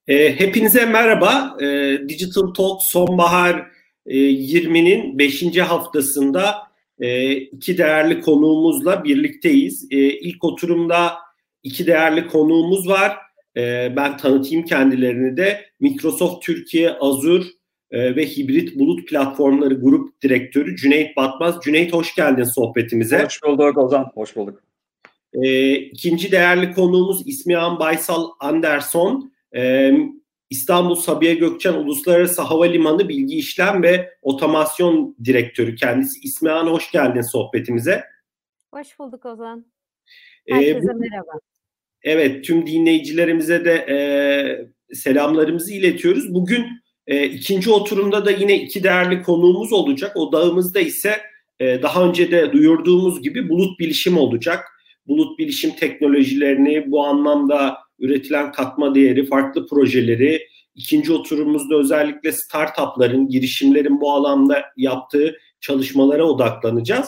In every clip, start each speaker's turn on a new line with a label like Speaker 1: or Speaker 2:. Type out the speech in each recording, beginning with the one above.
Speaker 1: Hepinize merhaba. Digital Talk Sonbahar 20'nin 5. haftasında iki değerli konuğumuzla birlikteyiz. İlk oturumda iki değerli konuğumuz var. Ben tanıtayım kendilerini de. Microsoft Türkiye Azure ve Hibrit Bulut Platformları Grup Direktörü Cüneyt Batmaz. Cüneyt, hoş geldin sohbetimize.
Speaker 2: Hoş bulduk Ozan, hoş bulduk.
Speaker 1: İkinci değerli konuğumuz İsmihan Baysal Anderson. İstanbul Sabiha Gökçen Uluslararası Havalimanı Bilgi İşlem ve Otomasyon Direktörü kendisi. İsmihan, hoş geldin sohbetimize.
Speaker 3: Hoş bulduk Ozan. Herkese merhaba.
Speaker 1: Evet, tüm dinleyicilerimize de selamlarımızı iletiyoruz. Bugün ikinci oturumda da yine iki değerli konuğumuz olacak. Odağımızda ise daha önce de duyurduğumuz gibi bulut bilişim olacak. Bulut bilişim teknolojilerini, bu anlamda üretilen katma değeri, farklı projeleri, ikinci oturumumuzda özellikle startupların, girişimlerin bu alanda yaptığı çalışmalara odaklanacağız.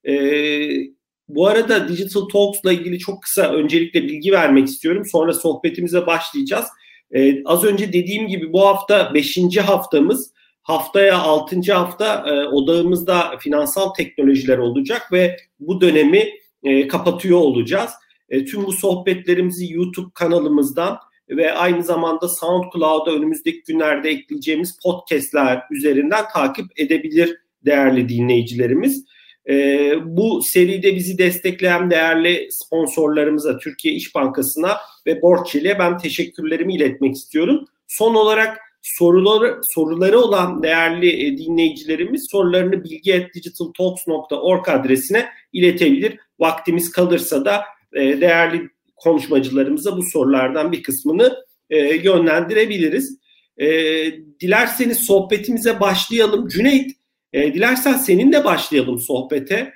Speaker 1: Bu arada Digital Talks'la ilgili çok kısa öncelikle bilgi vermek istiyorum. Sonra sohbetimize başlayacağız. Az önce dediğim gibi bu hafta 5. haftamız. Haftaya 6. hafta odağımızda finansal teknolojiler olacak ve bu dönemi kapatıyor olacağız. Tüm bu sohbetlerimizi YouTube kanalımızdan ve aynı zamanda SoundCloud'a önümüzdeki günlerde ekleyeceğimiz podcastler üzerinden takip edebilir değerli dinleyicilerimiz. Bu seride bizi destekleyen değerli sponsorlarımıza, Türkiye İş Bankası'na ve Borçeli'ye ben teşekkürlerimi iletmek istiyorum. Son olarak soruları olan değerli dinleyicilerimiz sorularını bilgi@digitaltalks.org adresine iletebilir. Vaktimiz kalırsa da değerli konuşmacılarımıza bu sorulardan bir kısmını yönlendirebiliriz. Dilerseniz sohbetimize başlayalım. Cüneyt, dilersen seninle başlayalım sohbete.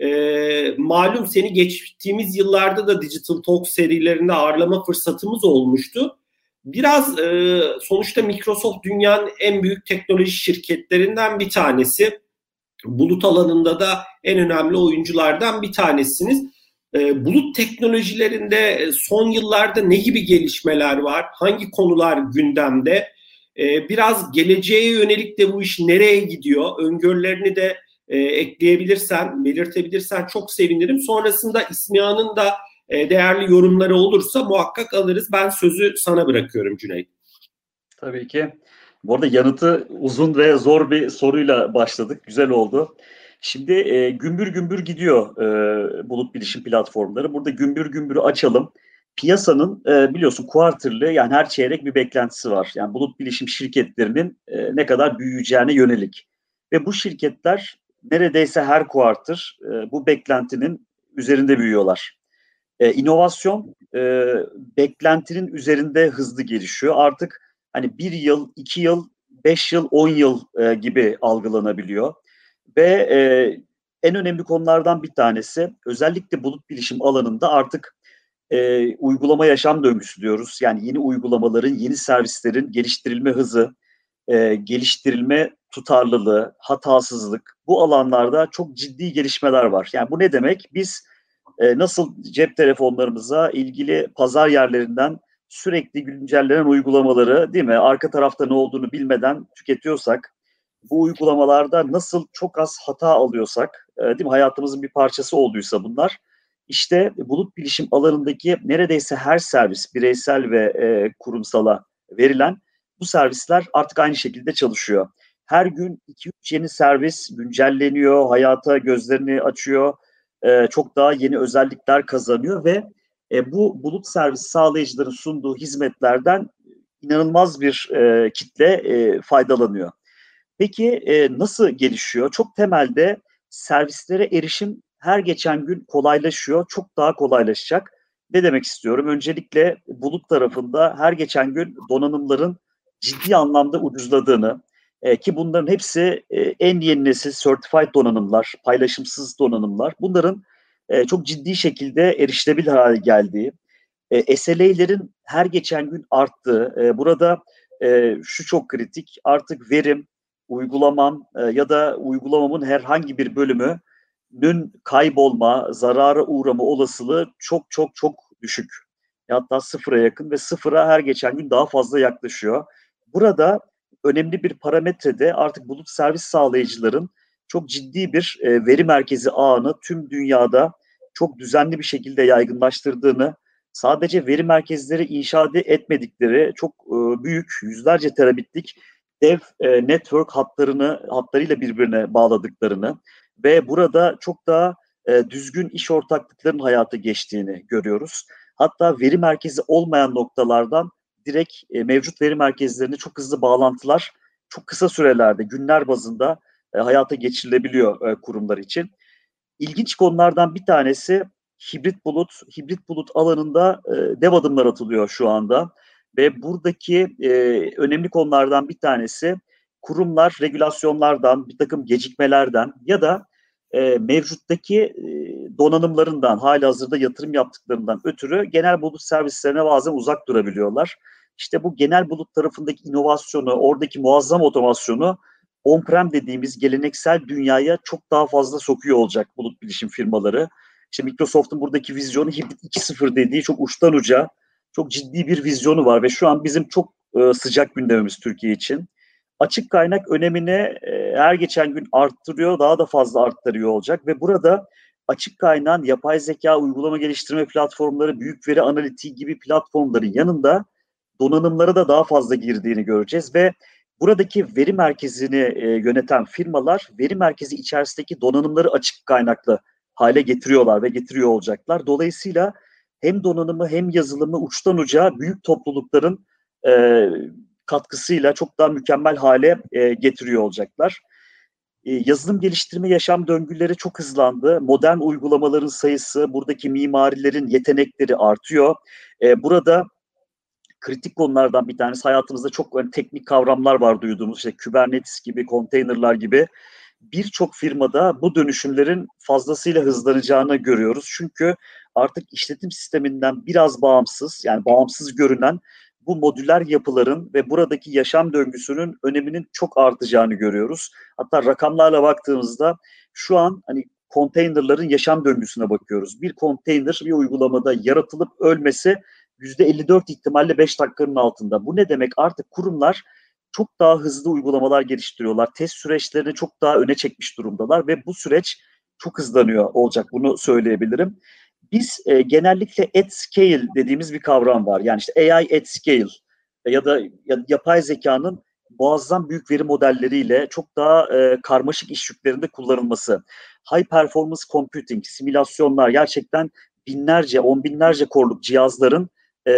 Speaker 1: Malum seni geçtiğimiz yıllarda da Digital Talk serilerinde ağırlama fırsatımız olmuştu. Biraz sonuçta Microsoft dünyanın en büyük teknoloji şirketlerinden bir tanesi. Bulut alanında da en önemli oyunculardan bir tanesiniz. Bulut teknolojilerinde son yıllarda ne gibi gelişmeler var? Hangi konular gündemde? Biraz geleceğe yönelik de bu iş nereye gidiyor? Öngörülerini de ekleyebilirsen, belirtebilirsen çok sevinirim. Sonrasında İsmihan'ın da değerli yorumları olursa muhakkak alırız. Ben sözü sana bırakıyorum Cüneyt.
Speaker 2: Tabii ki. Bu arada yanıtı uzun ve zor bir soruyla başladık. Güzel oldu. Şimdi gümbür gümbür gidiyor bulut bilişim platformları. Burada gümbür gümbürü açalım. Piyasanın biliyorsun quarterly, yani her çeyrek bir beklentisi var. Yani bulut bilişim şirketlerinin ne kadar büyüyeceğine yönelik. Ve bu şirketler neredeyse her quarter bu beklentinin üzerinde büyüyorlar. İnovasyon beklentinin üzerinde hızlı gelişiyor. Artık hani 1 yıl, 2 yıl, 5 yıl, 10 yıl gibi algılanabiliyor. Ve en önemli konulardan bir tanesi özellikle bulut bilişim alanında artık uygulama yaşam döngüsü diyoruz. Yani yeni uygulamaların, yeni servislerin geliştirilme hızı, geliştirilme tutarlılığı, hatasızlık, bu alanlarda çok ciddi gelişmeler var. Yani bu ne demek? Biz nasıl cep telefonlarımıza ilgili pazar yerlerinden sürekli güncellenen uygulamaları, değil mi, arka tarafta ne olduğunu bilmeden tüketiyorsak, bu uygulamalarda nasıl çok az hata alıyorsak, değil mi, hayatımızın bir parçası olduysa bunlar, işte bulut bilişim alanındaki neredeyse her servis, bireysel ve kurumsala verilen bu servisler artık aynı şekilde çalışıyor. Her gün 2-3 yeni servis güncelleniyor, hayata gözlerini açıyor, çok daha yeni özellikler kazanıyor ve bu bulut servis sağlayıcıların sunduğu hizmetlerden inanılmaz bir kitle faydalanıyor. Peki nasıl gelişiyor? Çok temelde servislere erişim her geçen gün kolaylaşıyor, çok daha kolaylaşacak. Ne demek istiyorum? Öncelikle bulut tarafında her geçen gün donanımların ciddi anlamda ucuzladığını, ki bunların hepsi en yeni nesil certified donanımlar, paylaşımsız donanımlar. Bunların çok ciddi şekilde erişilebilir hale geldiği, SLA'lerin her geçen gün arttığı, burada şu çok kritik, artık verim, uygulamam ya da uygulamamın herhangi bir bölümünün kaybolma, zarara uğrama olasılığı çok çok çok düşük. hatta sıfıra yakın ve sıfıra her geçen gün daha fazla yaklaşıyor. Burada önemli bir parametrede artık bulut servis sağlayıcıların çok ciddi bir veri merkezi ağını tüm dünyada çok düzenli bir şekilde yaygınlaştırdığını, sadece veri merkezleri inşa etmedikleri çok büyük yüzlerce terabitlik dev network hatlarıyla birbirine bağladıklarını ve burada çok daha düzgün iş ortaklıklarının hayata geçtiğini görüyoruz. Hatta veri merkezi olmayan noktalardan direkt mevcut veri merkezlerine çok hızlı bağlantılar çok kısa sürelerde, günler bazında hayata geçirilebiliyor kurumlar için. İlginç konulardan bir tanesi hibrit bulut. Hibrit bulut alanında dev adımlar atılıyor şu anda. Ve buradaki önemli konulardan bir tanesi kurumlar regülasyonlardan, bir takım gecikmelerden ya da mevcuttaki donanımlarından, halihazırda yatırım yaptıklarından ötürü genel bulut servislerine bazen uzak durabiliyorlar. İşte bu genel bulut tarafındaki inovasyonu, oradaki muazzam otomasyonu on-prem dediğimiz geleneksel dünyaya çok daha fazla sokuyor olacak bulut bilişim firmaları. İşte Microsoft'un buradaki vizyonu Hibrit 2.0 dediği çok uçtan uca, çok ciddi bir vizyonu var ve şu an bizim çok sıcak gündemimiz Türkiye için. Açık kaynak önemini her geçen gün arttırıyor, daha da fazla arttırıyor olacak ve burada açık kaynağın yapay zeka uygulama geliştirme platformları, büyük veri analitiği gibi platformların yanında donanımlara da daha fazla girdiğini göreceğiz ve buradaki veri merkezini yöneten firmalar veri merkezi içerisindeki donanımları açık kaynaklı hale getiriyorlar ve getiriyor olacaklar. Dolayısıyla hem donanımı hem yazılımı uçtan uca büyük toplulukların katkısıyla çok daha mükemmel hale getiriyor olacaklar. Yazılım geliştirme yaşam döngüleri çok hızlandı. Modern uygulamaların sayısı, buradaki mimarilerin yetenekleri artıyor. Burada kritik konulardan bir tanesi hayatımızda çok teknik kavramlar var duyduğumuz, işte Kubernetes gibi, konteynerlar gibi birçok firmada bu dönüşümlerin fazlasıyla hızlanacağını görüyoruz. Çünkü artık işletim sisteminden biraz bağımsız, yani bağımsız görünen bu modüler yapıların ve buradaki yaşam döngüsünün öneminin çok artacağını görüyoruz. Hatta rakamlarla baktığımızda şu an hani konteynerların yaşam döngüsüne bakıyoruz. Bir konteyner bir uygulamada yaratılıp ölmesi %54 ihtimalle 5 dakikanın altında. Bu ne demek? Artık kurumlar çok daha hızlı uygulamalar geliştiriyorlar. Test süreçlerini çok daha öne çekmiş durumdalar ve bu süreç çok hızlanıyor olacak. Bunu söyleyebilirim. Biz genellikle at scale dediğimiz bir kavram var. Yani işte AI at scale ya da yapay zekanın muazzam büyük veri modelleriyle çok daha karmaşık iş yüklerinde kullanılması. High performance computing, simülasyonlar, gerçekten binlerce, on binlerce korluk cihazların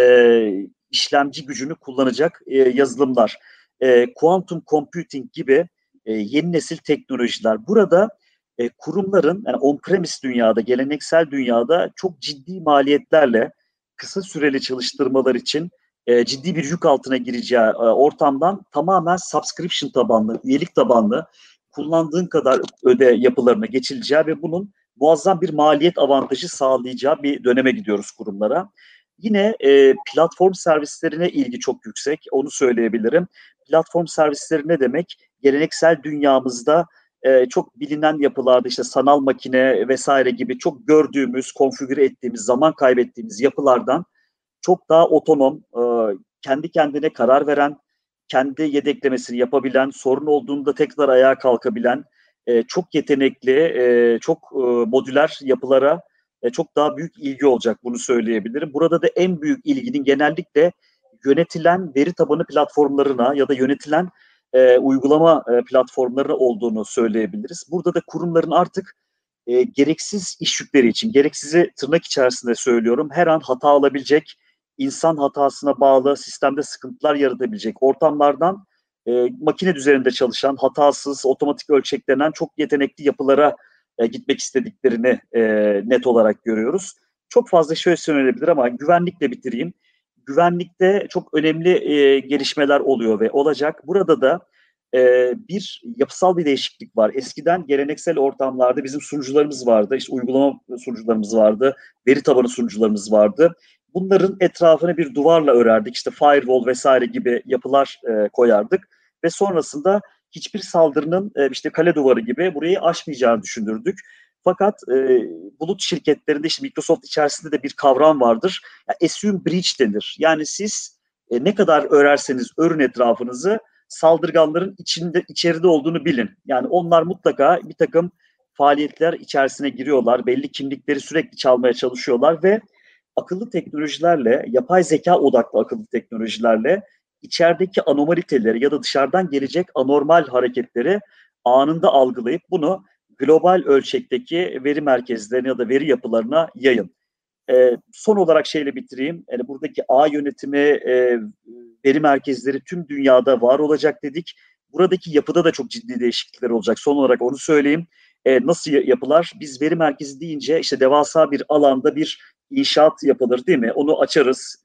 Speaker 2: işlemci gücünü kullanacak yazılımlar. Quantum computing gibi yeni nesil teknolojiler. Burada kurumların yani on-premise dünyada, geleneksel dünyada çok ciddi maliyetlerle kısa süreli çalıştırmalar için ciddi bir yük altına gireceği ortamdan tamamen subscription tabanlı, üyelik tabanlı, kullandığın kadar öde yapılarına geçileceği ve bunun muazzam bir maliyet avantajı sağlayacağı bir döneme gidiyoruz kurumlara. Yine platform servislerine ilgi çok yüksek, onu söyleyebilirim. Platform servisleri ne demek? Geleneksel dünyamızda çok bilinen yapılarda işte sanal makine vesaire gibi çok gördüğümüz, konfigüre ettiğimiz, zaman kaybettiğimiz yapılardan çok daha otonom, kendi kendine karar veren, kendi yedeklemesini yapabilen, sorun olduğunda tekrar ayağa kalkabilen, çok yetenekli, çok modüler yapılara çok daha büyük ilgi olacak, bunu söyleyebilirim. Burada da en büyük ilginin genellikle yönetilen veri tabanı platformlarına ya da yönetilen uygulama platformlarına olduğunu söyleyebiliriz. Burada da kurumların artık gereksiz iş yükleri için, gereksizi tırnak içerisinde söylüyorum, her an hata alabilecek, insan hatasına bağlı sistemde sıkıntılar yaratabilecek ortamlardan makine düzeninde çalışan, hatasız, otomatik ölçeklenen çok yetenekli yapılara gitmek istediklerini net olarak görüyoruz. Çok fazla şey söylenebilir ama güvenlikle bitireyim. Güvenlikte çok önemli gelişmeler oluyor ve olacak. Burada da bir yapısal bir değişiklik var. Eskiden geleneksel ortamlarda bizim sunucularımız vardı, işte uygulama sunucularımız vardı, veri tabanı sunucularımız vardı. Bunların etrafına bir duvarla örerdik, işte firewall vesaire gibi yapılar koyardık ve sonrasında hiçbir saldırının işte kale duvarı gibi burayı aşmayacağını düşünürdük. Fakat bulut şirketlerinde işte Microsoft içerisinde de bir kavram vardır. Yani assume breach denir. Yani siz ne kadar örerseniz örün etrafınızı saldırganların içeride olduğunu bilin. Yani onlar mutlaka bir takım faaliyetler içerisine giriyorlar. Belli kimlikleri sürekli çalmaya çalışıyorlar ve akıllı teknolojilerle, yapay zeka odaklı akıllı teknolojilerle içerideki anomaliteleri ya da dışarıdan gelecek anormal hareketleri anında algılayıp bunu global ölçekteki veri merkezlerine ya da veri yapılarına yayın. Son olarak şeyle bitireyim. Yani buradaki ağ yönetimi, veri merkezleri tüm dünyada var olacak dedik. Buradaki yapıda da çok ciddi değişiklikler olacak. Son olarak onu söyleyeyim. Nasıl yapılar? Biz veri merkezi deyince işte devasa bir alanda bir inşaat yapılır değil mi? Onu açarız.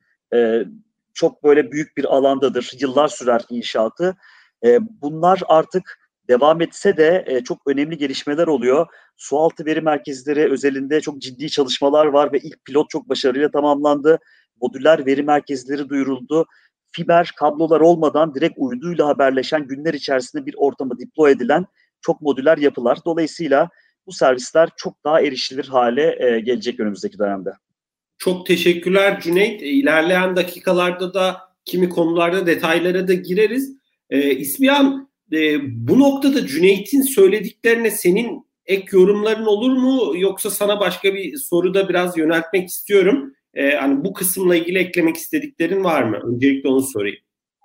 Speaker 2: Çok böyle büyük bir alandadır. Yıllar sürer inşaatı. Bunlar artık devam etse de çok önemli gelişmeler oluyor. Sualtı veri merkezleri özelinde çok ciddi çalışmalar var ve ilk pilot çok başarıyla tamamlandı. Modüler veri merkezleri duyuruldu. Fiber kablolar olmadan direkt uyduyla haberleşen, günler içerisinde bir ortama deploy edilen çok modüler yapılar. Dolayısıyla bu servisler çok daha erişilir hale gelecek önümüzdeki dönemde.
Speaker 1: Çok teşekkürler Cüneyt. İlerleyen dakikalarda da kimi konularda detaylara da gireriz. İsmihan, bu noktada Cüneyt'in söylediklerine senin ek yorumların olur mu? Yoksa sana başka bir soruda biraz yöneltmek istiyorum. Hani bu kısımla ilgili eklemek istediklerin var mı? Öncelikle onu sorayım.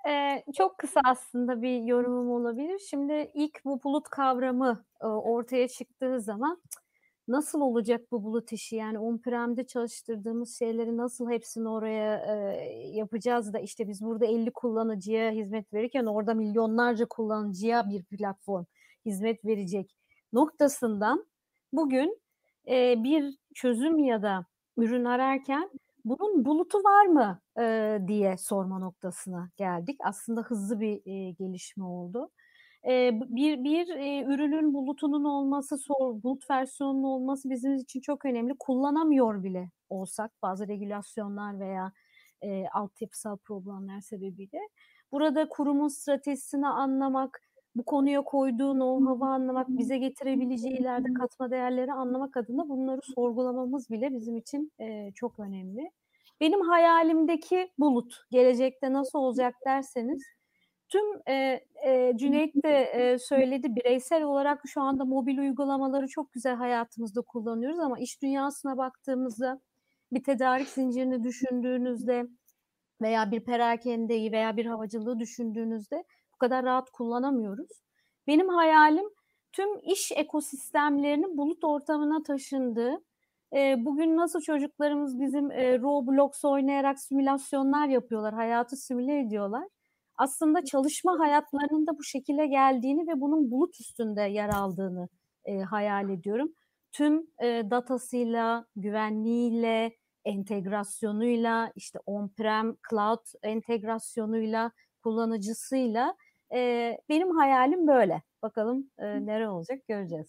Speaker 3: Çok kısa aslında bir yorumum olabilir. Şimdi ilk bu bulut kavramı ortaya çıktığı zaman nasıl olacak bu bulut işi? Yani on-prem'de çalıştırdığımız şeyleri nasıl hepsini oraya yapacağız da işte biz burada 50 kullanıcıya hizmet verirken orada milyonlarca kullanıcıya bir platform hizmet verecek noktasından bugün bir çözüm ya da ürün ararken bunun bulutu var mı diye sorma noktasına geldik. Aslında hızlı bir gelişme oldu. Bir ürünün bulutunun olması, bulut versiyonunun olması bizim için çok önemli. Kullanamıyor bile olsak bazı regülasyonlar veya altyapısal problemler sebebiyle. Burada kurumun stratejisini anlamak, bu konuya koyduğu know-how'u anlamak, bize getirebileceği ileride katma değerleri anlamak adına bunları sorgulamamız bile bizim için çok önemli. Benim hayalimdeki bulut gelecekte nasıl olacak derseniz, tüm Cüneyt de söyledi, bireysel olarak şu anda mobil uygulamaları çok güzel hayatımızda kullanıyoruz ama iş dünyasına baktığımızda bir tedarik zincirini düşündüğünüzde veya bir perakendeyi veya bir havacılığı düşündüğünüzde bu kadar rahat kullanamıyoruz. Benim hayalim tüm iş ekosistemlerinin bulut ortamına taşındığı, bugün nasıl çocuklarımız bizim Roblox oynayarak simülasyonlar yapıyorlar, hayatı simüle ediyorlar. Aslında çalışma hayatlarının da bu şekilde geldiğini ve bunun bulut üstünde yer aldığını hayal ediyorum. Tüm datasıyla, güvenliğiyle, entegrasyonuyla, işte on-prem, cloud entegrasyonuyla, kullanıcısıyla benim hayalim böyle. Bakalım nere olacak göreceğiz.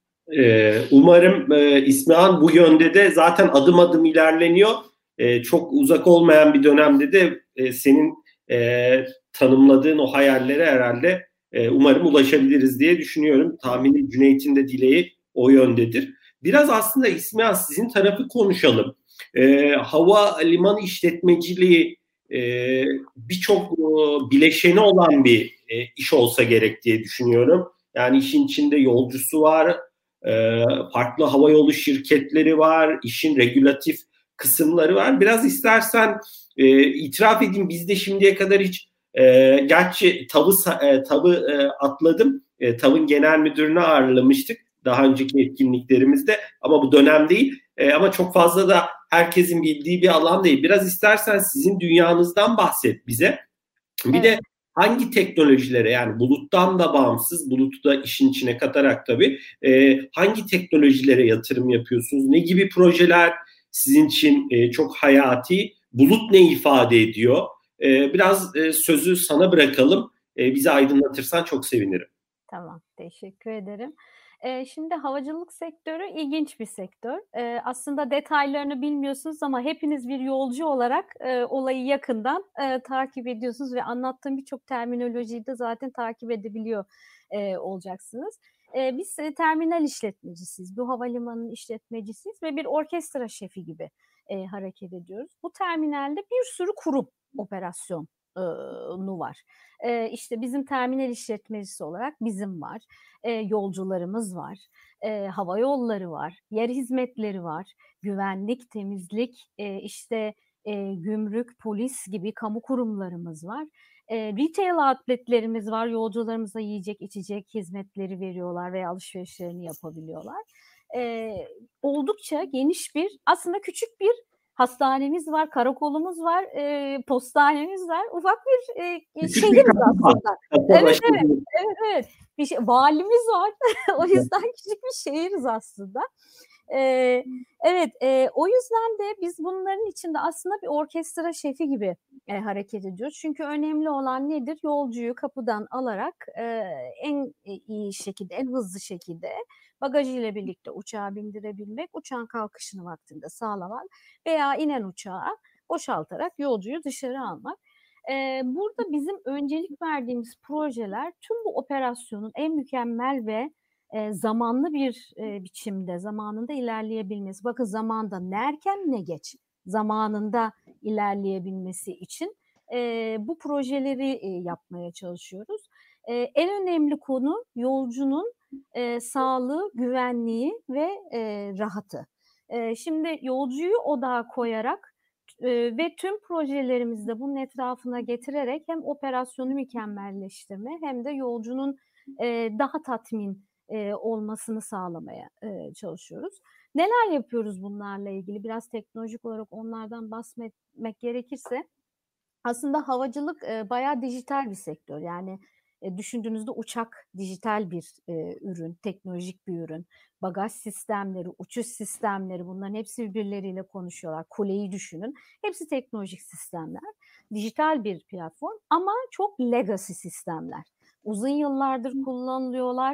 Speaker 1: Umarım İsmihan bu yönde de zaten adım adım ilerleniyor. Çok uzak olmayan bir dönemde de senin tanımladığın o hayallere herhalde umarım ulaşabiliriz diye düşünüyorum. Tahmini Cüneyt'in de dileği o yöndedir. Biraz aslında İsmihan sizin tarafı konuşalım. Hava liman işletmeciliği birçok bileşeni olan bir iş olsa gerek diye düşünüyorum. Yani işin içinde yolcusu var, farklı havayolu şirketleri var, işin regülatif kısımları var. Biraz istersen itiraf edeyim, biz de şimdiye kadar hiç gerçi TAV'ı atladım. TAV'ın genel müdürünü ağırlamıştık daha önceki etkinliklerimizde ama bu dönem değil. Ama çok fazla da herkesin bildiği bir alan değil. Biraz istersen sizin dünyanızdan bahset bize. Bir de hangi teknolojilere, yani buluttan da bağımsız, bulutu da işin içine katarak tabii, hangi teknolojilere yatırım yapıyorsunuz? Ne gibi projeler sizin için çok hayati? Bulut ne ifade ediyor? Biraz sözü sana bırakalım. Bizi aydınlatırsan çok sevinirim.
Speaker 3: Tamam, teşekkür ederim. Şimdi havacılık sektörü ilginç bir sektör. Aslında detaylarını bilmiyorsunuz ama hepiniz bir yolcu olarak olayı yakından takip ediyorsunuz ve anlattığım birçok terminolojiyi de zaten takip edebiliyor olacaksınız. Biz terminal işletmecisiyiz. Bu havalimanının işletmecisiyiz ve bir orkestra şefi gibi hareket ediyoruz. Bu terminalde bir sürü kurum operasyonu var. İşte bizim terminal işletmecisi olarak bizim var. Yolcularımız var. Hava yolları var. Yer hizmetleri var. Güvenlik, temizlik, işte gümrük, polis gibi kamu kurumlarımız var. Retail outletlerimiz var. Yolcularımıza yiyecek, içecek hizmetleri veriyorlar veya alışverişlerini yapabiliyorlar. Oldukça geniş bir, aslında küçük bir hastanemiz var, karakolumuz var, postanemiz var. Ufak bir şehiriz aslında. Evet. Bir valimiz var. O yüzden küçük bir şehiriz aslında. Evet, o yüzden de biz bunların içinde aslında bir orkestra şefi gibi hareket ediyoruz. Çünkü önemli olan nedir? Yolcuyu kapıdan alarak en iyi şekilde, en hızlı şekilde bagajıyla birlikte uçağa bindirebilmek, uçağın kalkışını vaktinde sağlamak veya inen uçağı boşaltarak yolcuyu dışarı almak. Burada bizim öncelik verdiğimiz projeler tüm bu operasyonun en mükemmel ve zamanlı bir biçimde, zamanında ilerleyebilmesi. Bakın zamanda ne erken ne geç, zamanında ilerleyebilmesi için bu projeleri yapmaya çalışıyoruz. En önemli konu yolcunun sağlığı, güvenliği ve rahatı. Şimdi yolcuyu odağa koyarak ve tüm projelerimizde bunun etrafına getirerek hem operasyonu mükemmelleştirme hem de yolcunun daha tatmin olmasını sağlamaya çalışıyoruz. Neler yapıyoruz bunlarla ilgili? Biraz teknolojik olarak onlardan bahsetmek gerekirse aslında havacılık bayağı dijital bir sektör. Yani düşündüğünüzde uçak dijital bir ürün, teknolojik bir ürün. Bagaj sistemleri, uçuş sistemleri bunların hepsi birbirleriyle konuşuyorlar. Kuleyi düşünün. Hepsi teknolojik sistemler. Dijital bir platform ama çok legacy sistemler. Uzun yıllardır kullanılıyorlar.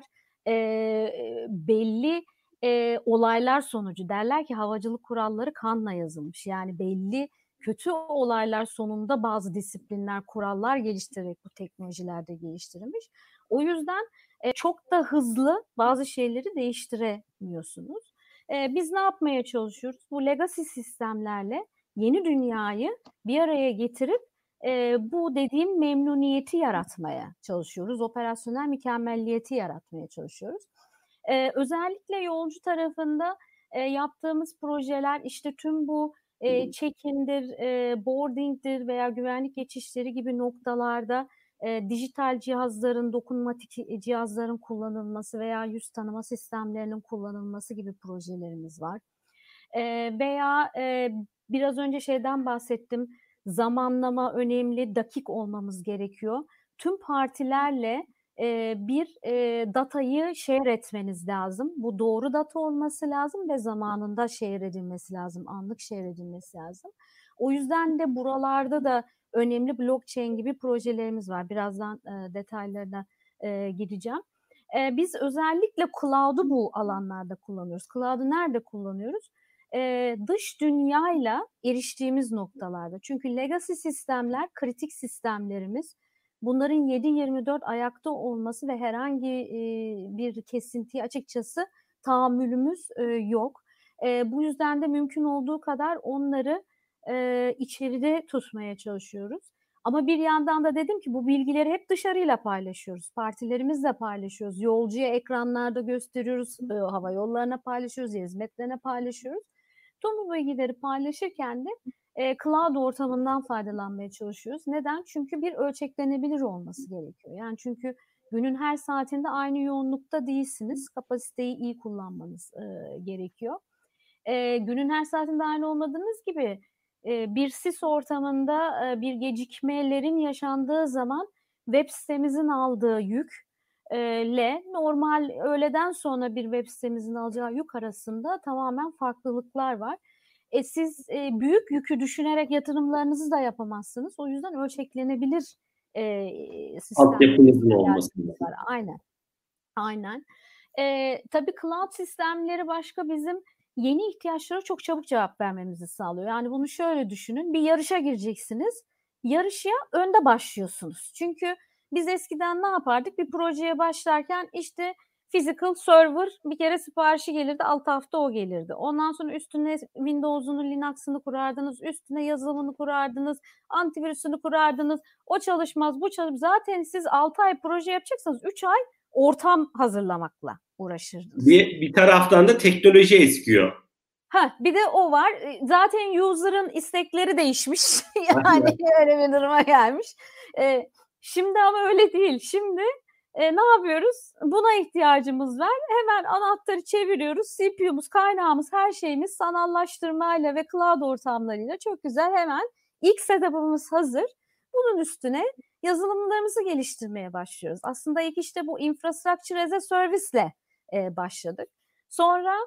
Speaker 3: Belli olaylar sonucu derler ki havacılık kuralları kanla yazılmış. Yani belli kötü olaylar sonunda bazı disiplinler, kurallar geliştirerek bu teknolojilerde geliştirilmiş. O yüzden çok da hızlı bazı şeyleri değiştiremiyorsunuz. Biz ne yapmaya çalışıyoruz? Bu legacy sistemlerle yeni dünyayı bir araya getirip bu dediğim memnuniyeti yaratmaya çalışıyoruz. Operasyonel mükemmelliyeti yaratmaya çalışıyoruz. Özellikle yolcu tarafında yaptığımız projeler işte tüm bu check-in'dir, boarding'dir veya güvenlik geçişleri gibi noktalarda dijital cihazların, dokunmatik cihazların kullanılması veya yüz tanıma sistemlerinin kullanılması gibi projelerimiz var. Veya biraz önce şeyden bahsettim, zamanlama önemli, dakik olmamız gerekiyor. Tüm partilerle bir datayı share etmeniz lazım. Bu doğru data olması lazım ve zamanında share edilmesi lazım, anlık share edilmesi lazım. O yüzden de buralarda da önemli blockchain gibi projelerimiz var. Birazdan detaylarına gireceğim. Biz özellikle cloud'u bu alanlarda kullanıyoruz. Cloud'u nerede kullanıyoruz? Dış dünyayla eriştiğimiz noktalarda. Çünkü legacy sistemler, kritik sistemlerimiz, bunların 7/24 ayakta olması ve herhangi bir kesintiye açıkçası tahammülümüz yok. Bu yüzden de mümkün olduğu kadar onları içeride tutmaya çalışıyoruz. Ama bir yandan da dedim ki bu bilgileri hep dışarıyla paylaşıyoruz. Partilerimizle paylaşıyoruz. Yolcuya ekranlarda gösteriyoruz. Hava yollarına paylaşıyoruz. Hizmetlerine paylaşıyoruz. Tüm bu bilgileri paylaşırken de cloud ortamından faydalanmaya çalışıyoruz. Neden? Çünkü bir ölçeklenebilir olması gerekiyor. Yani çünkü günün her saatinde aynı yoğunlukta değilsiniz. Kapasiteyi iyi kullanmanız gerekiyor. Günün her saatinde aynı olmadığınız gibi bir sis ortamında bir gecikmelerin yaşandığı zaman web sitemizin aldığı yük ile normal öğleden sonra bir web sitemizin alacağı yük arasında tamamen farklılıklar var. Siz büyük yükü düşünerek yatırımlarınızı da yapamazsınız. O yüzden ölçeklenebilir
Speaker 1: sistemlerin olması
Speaker 3: var. Aynen. Aynen. Tabii cloud sistemleri başka bizim yeni ihtiyaçlara çok çabuk cevap vermemizi sağlıyor. Yani bunu şöyle düşünün. Bir yarışa gireceksiniz. Yarışa önde başlıyorsunuz. Çünkü biz eskiden ne yapardık? Bir projeye başlarken işte physical server bir kere siparişi gelirdi, 6 hafta o gelirdi. Ondan sonra üstüne Windows'unu, Linux'ını kurardınız, üstüne yazılımını kurardınız, antivirüsünü kurardınız. O çalışmaz, bu çalışmaz. Zaten siz 6 ay proje yapacaksanız 3 ay ortam hazırlamakla uğraşırdınız.
Speaker 1: Bir taraftan da teknoloji eskiyor.
Speaker 3: Bir de o var. Zaten user'ın istekleri değişmiş. Yani öyle bir duruma gelmiş. Şimdi ama öyle değil. Şimdi ne yapıyoruz? Buna ihtiyacımız var. Hemen anahtarı çeviriyoruz. CPU'muz, kaynağımız, her şeyimiz sanallaştırmayla ve cloud ortamlarıyla çok güzel, hemen ilk setup'ımız hazır. Bunun üstüne yazılımlarımızı geliştirmeye başlıyoruz. Aslında ilk işte bu infrastructure as a service'le başladık. Sonra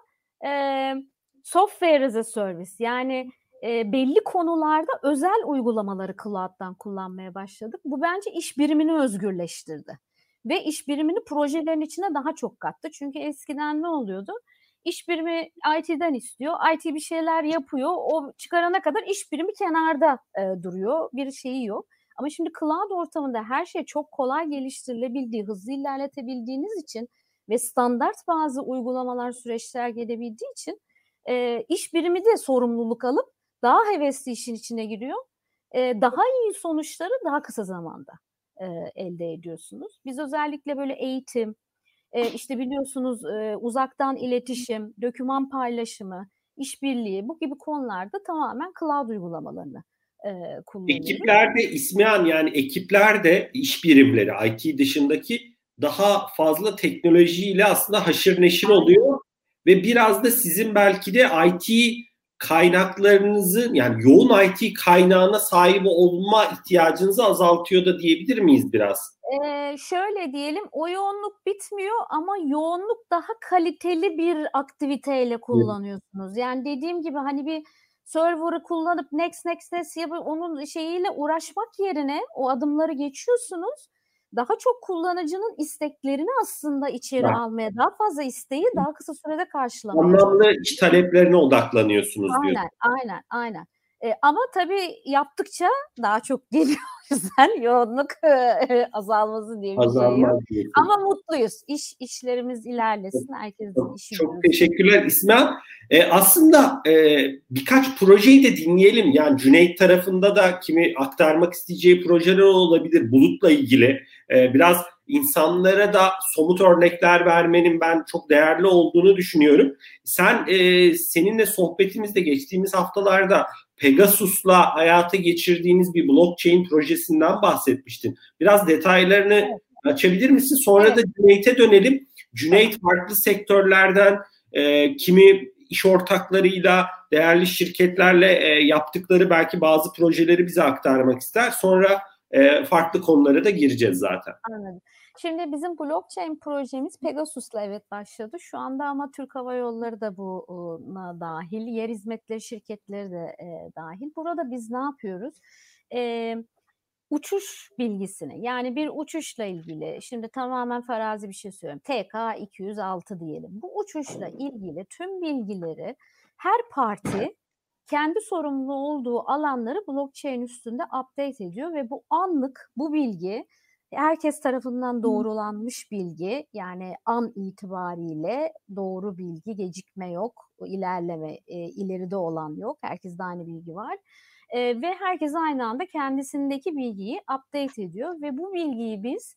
Speaker 3: software as a service, yani belli konularda özel uygulamaları cloud'dan kullanmaya başladık. Bu bence iş birimini özgürleştirdi. Ve iş birimini projelerin içine daha çok kattı. Çünkü eskiden ne oluyordu? İş birimi IT'den istiyor. IT bir şeyler yapıyor. O çıkarana kadar iş birimi kenarda duruyor. Bir şeyi yok. Ama şimdi cloud ortamında her şey çok kolay geliştirilebildiği, hızlı ilerletebildiğiniz için ve standart bazı uygulamalar, süreçler gelebildiği için iş birimi de sorumluluk alıp daha hevesli işin içine giriyor. Daha iyi sonuçları daha kısa zamanda elde ediyorsunuz. Biz özellikle böyle eğitim, işte biliyorsunuz uzaktan iletişim, doküman paylaşımı, işbirliği, bu gibi konularda tamamen cloud uygulamalarını kullanıyoruz.
Speaker 1: Ekiplerde İsmihan, yani ekiplerde iş birimleri IT dışındaki daha fazla teknolojiyle aslında haşır neşir oluyor ve biraz da sizin belki de IT kaynaklarınızı, yani yoğun IT kaynağına sahip olma ihtiyacınızı azaltıyor da diyebilir miyiz biraz?
Speaker 3: Şöyle diyelim, o yoğunluk bitmiyor ama yoğunluk daha kaliteli bir aktiviteyle kullanıyorsunuz. Yani dediğim gibi hani bir server'ı kullanıp next yapıp onun şeyiyle uğraşmak yerine o adımları geçiyorsunuz. Daha çok kullanıcının isteklerini aslında içeri almaya, daha fazla isteği daha kısa sürede karşılamaya.
Speaker 1: Anlamlı iş taleplerine odaklanıyorsunuz diyor.
Speaker 3: Aynen. Ama tabii yaptıkça daha çok geliyor. O yüzden yoğunluk azalması diye bir şey yok. Ama mutluyuz. İşlerimiz ilerlesin. Herkesin işi
Speaker 1: çok
Speaker 3: görürsün.
Speaker 1: Teşekkürler İsmail. Aslında birkaç projeyi de dinleyelim. Yani Cüneyt tarafında da kimi aktarmak isteyeceği projeler olabilir bulutla ilgili. Biraz insanlara da somut örnekler vermenin ben çok değerli olduğunu düşünüyorum. Seninle sohbetimizde geçtiğimiz haftalarda Pegasus'la hayata geçirdiğiniz bir blockchain projesinden bahsetmiştin. Biraz detaylarını açabilir misin? Sonra da Cüneyt'e dönelim. Cüneyt farklı sektörlerden kimi iş ortaklarıyla, değerli şirketlerle yaptıkları belki bazı projeleri bize aktarmak ister. Sonra farklı konulara da gireceğiz zaten.
Speaker 3: Anladım. Şimdi bizim blockchain projemiz Pegasus'la başladı. Şu anda ama Türk Hava Yolları da buna dahil, yer hizmetleri şirketleri de dahil. Burada biz ne yapıyoruz? Uçuş bilgisini, yani bir uçuşla ilgili, şimdi tamamen farazi bir şey söylüyorum, TK206 diyelim. Bu uçuşla ilgili tüm bilgileri her parti kendi sorumlu olduğu alanları blockchain üstünde update ediyor ve bu anlık, bu bilgi herkes tarafından doğrulanmış bilgi, yani an itibariyle doğru bilgi, gecikme yok, ilerleme, ileride olan yok, herkeste aynı bilgi var. Ve herkes aynı anda kendisindeki bilgiyi update ediyor ve bu bilgiyi biz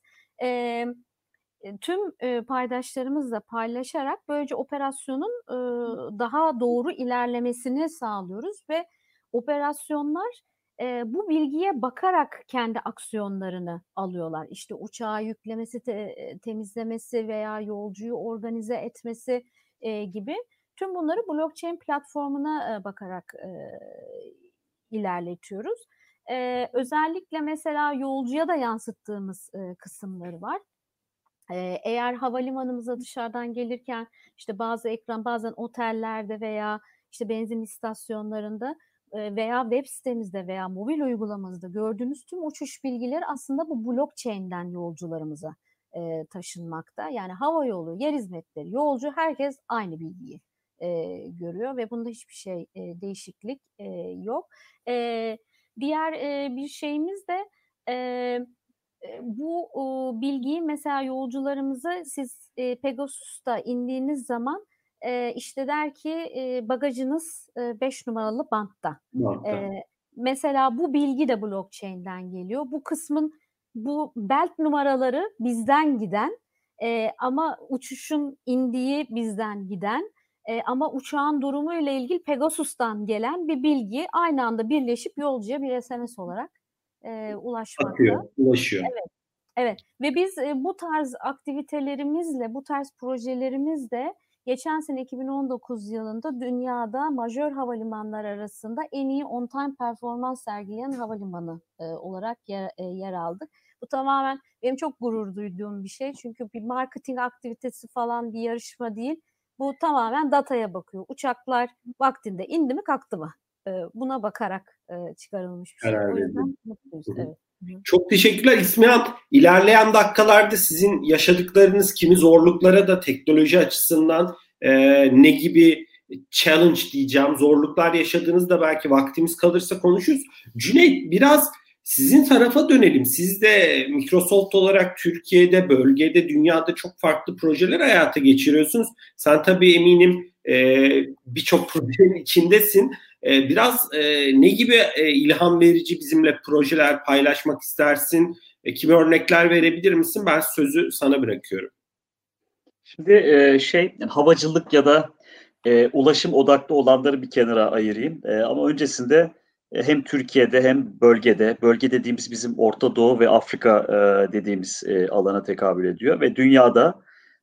Speaker 3: tüm paydaşlarımızla paylaşarak böylece operasyonun daha doğru ilerlemesini sağlıyoruz ve operasyonlar bu bilgiye bakarak kendi aksiyonlarını alıyorlar. İşte uçağı yüklemesi, temizlemesi veya yolcuyu organize etmesi gibi tüm bunları blockchain platformuna bakarak ilerletiyoruz. Özellikle mesela yolcuya da yansıttığımız kısımları var. Eğer havalimanımıza dışarıdan gelirken işte bazen otellerde veya işte benzin istasyonlarında veya web sitemizde veya mobil uygulamamızda gördüğünüz tüm uçuş bilgileri aslında bu blockchain'den yolcularımıza taşınmakta. Yani havayolu, yer hizmetleri, yolcu, herkes aynı bilgiyi görüyor ve bunda hiçbir şey değişiklik yok. Diğer bir şeyimiz de Bu bilgiyi mesela yolcularımıza siz Pegasus'ta indiğiniz zaman işte der ki bagajınız 5 numaralı bantta. Mesela bu bilgi de blockchain'den geliyor. Bu kısmın bu belt numaraları bizden giden ama uçuşun indiği bizden giden ama uçağın durumu ile ilgili Pegasus'tan gelen bir bilgi aynı anda birleşip yolcuya bir SMS olarak ulaşmakta.
Speaker 1: Ulaşıyor.
Speaker 3: Evet. Evet ve biz bu tarz aktivitelerimizle, bu tarz projelerimizle geçen sene 2019 yılında dünyada majör havalimanları arasında en iyi on-time performans sergileyen havalimanı olarak yer aldık. Bu tamamen benim çok gurur duyduğum bir şey. Çünkü bir marketing aktivitesi falan bir yarışma değil. Bu tamamen dataya bakıyor. Uçaklar vaktinde indi mi kalktı mı? Buna bakarak çıkarılmış bir şey. O yüzden mutluyuz. Evet.
Speaker 1: Çok teşekkürler İsmihan. İlerleyen dakikalarda sizin yaşadıklarınız kimi zorluklara da teknoloji açısından ne gibi challenge diyeceğim, zorluklar yaşadığınızda belki vaktimiz kalırsa konuşuruz. Cüneyt, biraz sizin tarafa dönelim. Siz de Microsoft olarak Türkiye'de, bölgede, dünyada çok farklı projeler hayata geçiriyorsunuz. Sen tabii eminim birçok projenin içindesin. Biraz ne gibi ilham verici bizimle projeler paylaşmak istersin? Kimi örnekler verebilir misin? Ben sözü sana bırakıyorum.
Speaker 2: Şimdi havacılık ya da ulaşım odaklı olanları bir kenara ayırayım. Ama öncesinde hem Türkiye'de hem bölge dediğimiz bizim Orta Doğu ve Afrika dediğimiz alana tekabül ediyor. Ve dünyada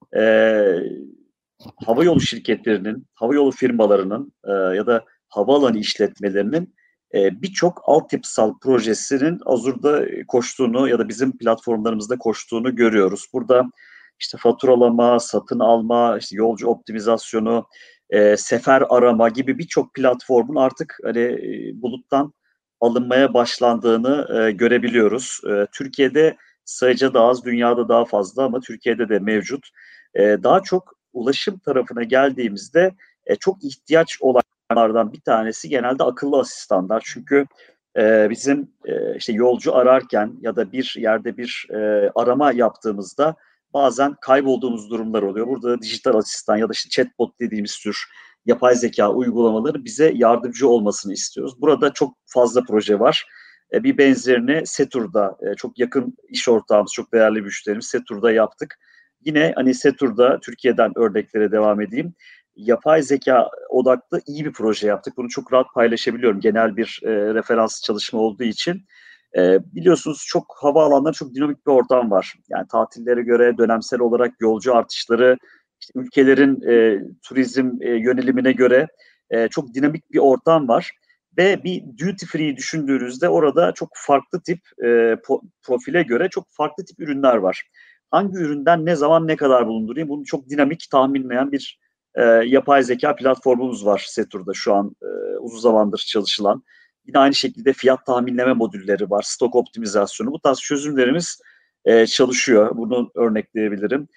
Speaker 2: havayolu şirketlerinin, havayolu firmalarının ya da havaalanı işletmelerinin birçok altyapısal projesinin Azure'da koştuğunu ya da bizim platformlarımızda koştuğunu görüyoruz. Burada işte faturalama, satın alma, işte yolcu optimizasyonu, sefer arama gibi birçok platformun artık hani buluttan alınmaya başlandığını görebiliyoruz. Türkiye'de sayıca daha az, dünyada daha fazla ama Türkiye'de de mevcut. Daha çok ulaşım tarafına geldiğimizde çok ihtiyaç olanlardan bir tanesi genelde akıllı asistanlar. Çünkü bizim işte yolcu ararken ya da bir yerde bir arama yaptığımızda bazen kaybolduğumuz durumlar oluyor. Burada dijital asistan ya da işte chatbot dediğimiz tür yapay zeka uygulamaları bize yardımcı olmasını istiyoruz. Burada çok fazla proje var. Bir benzerini Setur'da çok yakın iş ortağımız, çok değerli bir müşterimiz Setur'da yaptık. Yine hani Setur'da Türkiye'den örneklere devam edeyim. Yapay zeka odaklı iyi bir proje yaptık. Bunu çok rahat paylaşabiliyorum. Genel bir referans çalışma olduğu için. Biliyorsunuz çok havaalanları çok dinamik bir ortam var. Yani tatillere göre dönemsel olarak yolcu artışları, işte ülkelerin turizm yönelimine göre çok dinamik bir ortam var. Ve bir duty free düşündüğünüzde orada çok farklı tip profile göre çok farklı tip ürünler var. Hangi üründen ne zaman ne kadar bulundurayım bunu çok dinamik tahminleyen bir yapay zeka platformumuz var Setur'da şu an uzun zamandır çalışılan. Yine aynı şekilde fiyat tahminleme modülleri var, stok optimizasyonu. Bu tarz çözümlerimiz çalışıyor. Bunu örnekleyebilirim.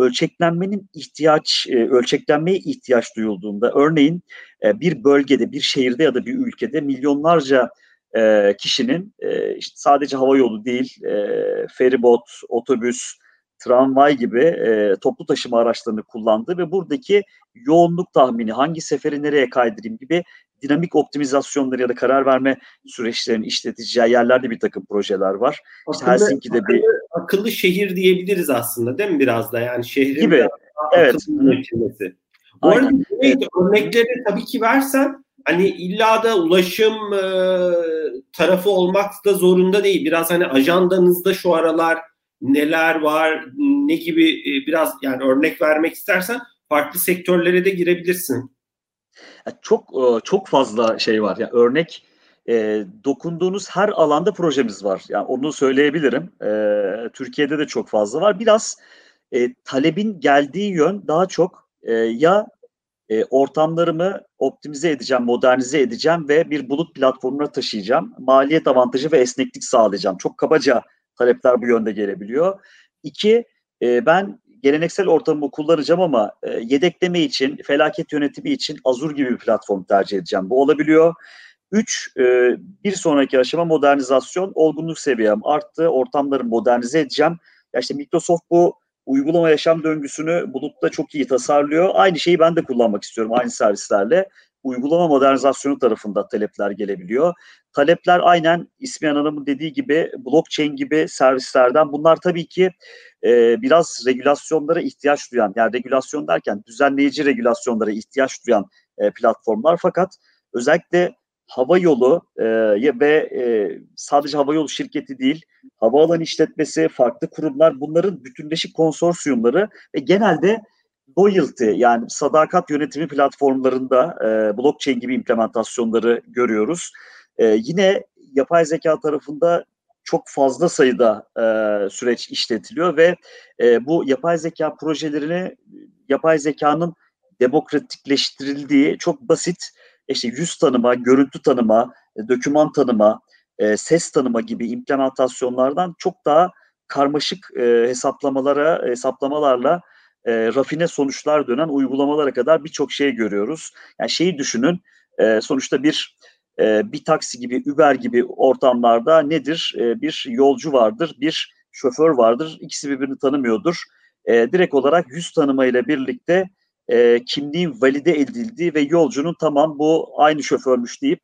Speaker 2: Ölçeklenmeye ihtiyaç duyulduğunda, örneğin bir bölgede, bir şehirde ya da bir ülkede milyonlarca kişinin işte sadece havayolu değil, feribot, otobüs, tramvay gibi toplu taşıma araçlarını kullandığı ve buradaki yoğunluk tahmini, hangi seferi nereye kaydırayım gibi dinamik optimizasyonları ya da karar verme süreçlerini işleteceği yerlerde bir takım projeler var. İşte Helsinki'de
Speaker 1: akıllı şehir diyebiliriz aslında değil mi biraz da? Yani şehrin
Speaker 2: gibi. Evet.
Speaker 1: Akıllı yönetilmesi. Bu arada örnekleri tabii ki versen hani illa da ulaşım tarafı olmak da zorunda değil. Biraz hani ajandanızda şu aralar neler var, ne gibi biraz yani örnek vermek istersen farklı sektörlere de girebilirsin.
Speaker 2: Çok fazla şey var. Yani örnek dokunduğunuz her alanda projemiz var. Yani onu söyleyebilirim. Türkiye'de de çok fazla var. Biraz talebin geldiği yön daha çok ortamlarımı optimize edeceğim, modernize edeceğim ve bir bulut platformuna taşıyacağım. Maliyet avantajı ve esneklik sağlayacağım. Çok kabaca talepler bu yönde gelebiliyor. İki, ben geleneksel ortamımı kullanacağım ama yedekleme için, felaket yönetimi için Azure gibi bir platform tercih edeceğim. Bu olabiliyor. 3, bir sonraki aşama modernizasyon. Olgunluk seviyem arttı. Ortamları modernize edeceğim. Ya işte Microsoft bu uygulama yaşam döngüsünü bulutta çok iyi tasarlıyor. Aynı şeyi ben de kullanmak istiyorum aynı servislerle. Uygulama modernizasyonu tarafında talepler gelebiliyor. Talepler aynen İsmihan Hanım'ın dediği gibi blockchain gibi servislerden. Bunlar tabii ki biraz regülasyonlara ihtiyaç duyan, yani regülasyon derken düzenleyici regülasyonlara ihtiyaç duyan platformlar. Fakat özellikle hava yolu ve sadece hava yolu şirketi değil, havaalanı işletmesi, farklı kurumlar, bunların bütünleşik konsorsiyumları ve genelde loyalty, yani sadakat yönetimi platformlarında blockchain gibi implementasyonları görüyoruz. Yine yapay zeka tarafında çok fazla sayıda süreç işletiliyor ve bu yapay zeka projelerini, yapay zekanın demokratikleştirildiği çok basit işte yüz tanıma, görüntü tanıma, doküman tanıma, ses tanıma gibi implementasyonlardan çok daha karmaşık hesaplamalarla rafine sonuçlar dönen uygulamalara kadar birçok şey görüyoruz. Yani şeyi düşünün, sonuçta bir taksi gibi, Uber gibi ortamlarda nedir? Bir yolcu vardır, bir şoför vardır. İkisi birbirini tanımıyordur. Direkt olarak yüz tanıma ile birlikte kimliğin valide edildiği ve yolcunun tamam bu aynı şoförmüş deyip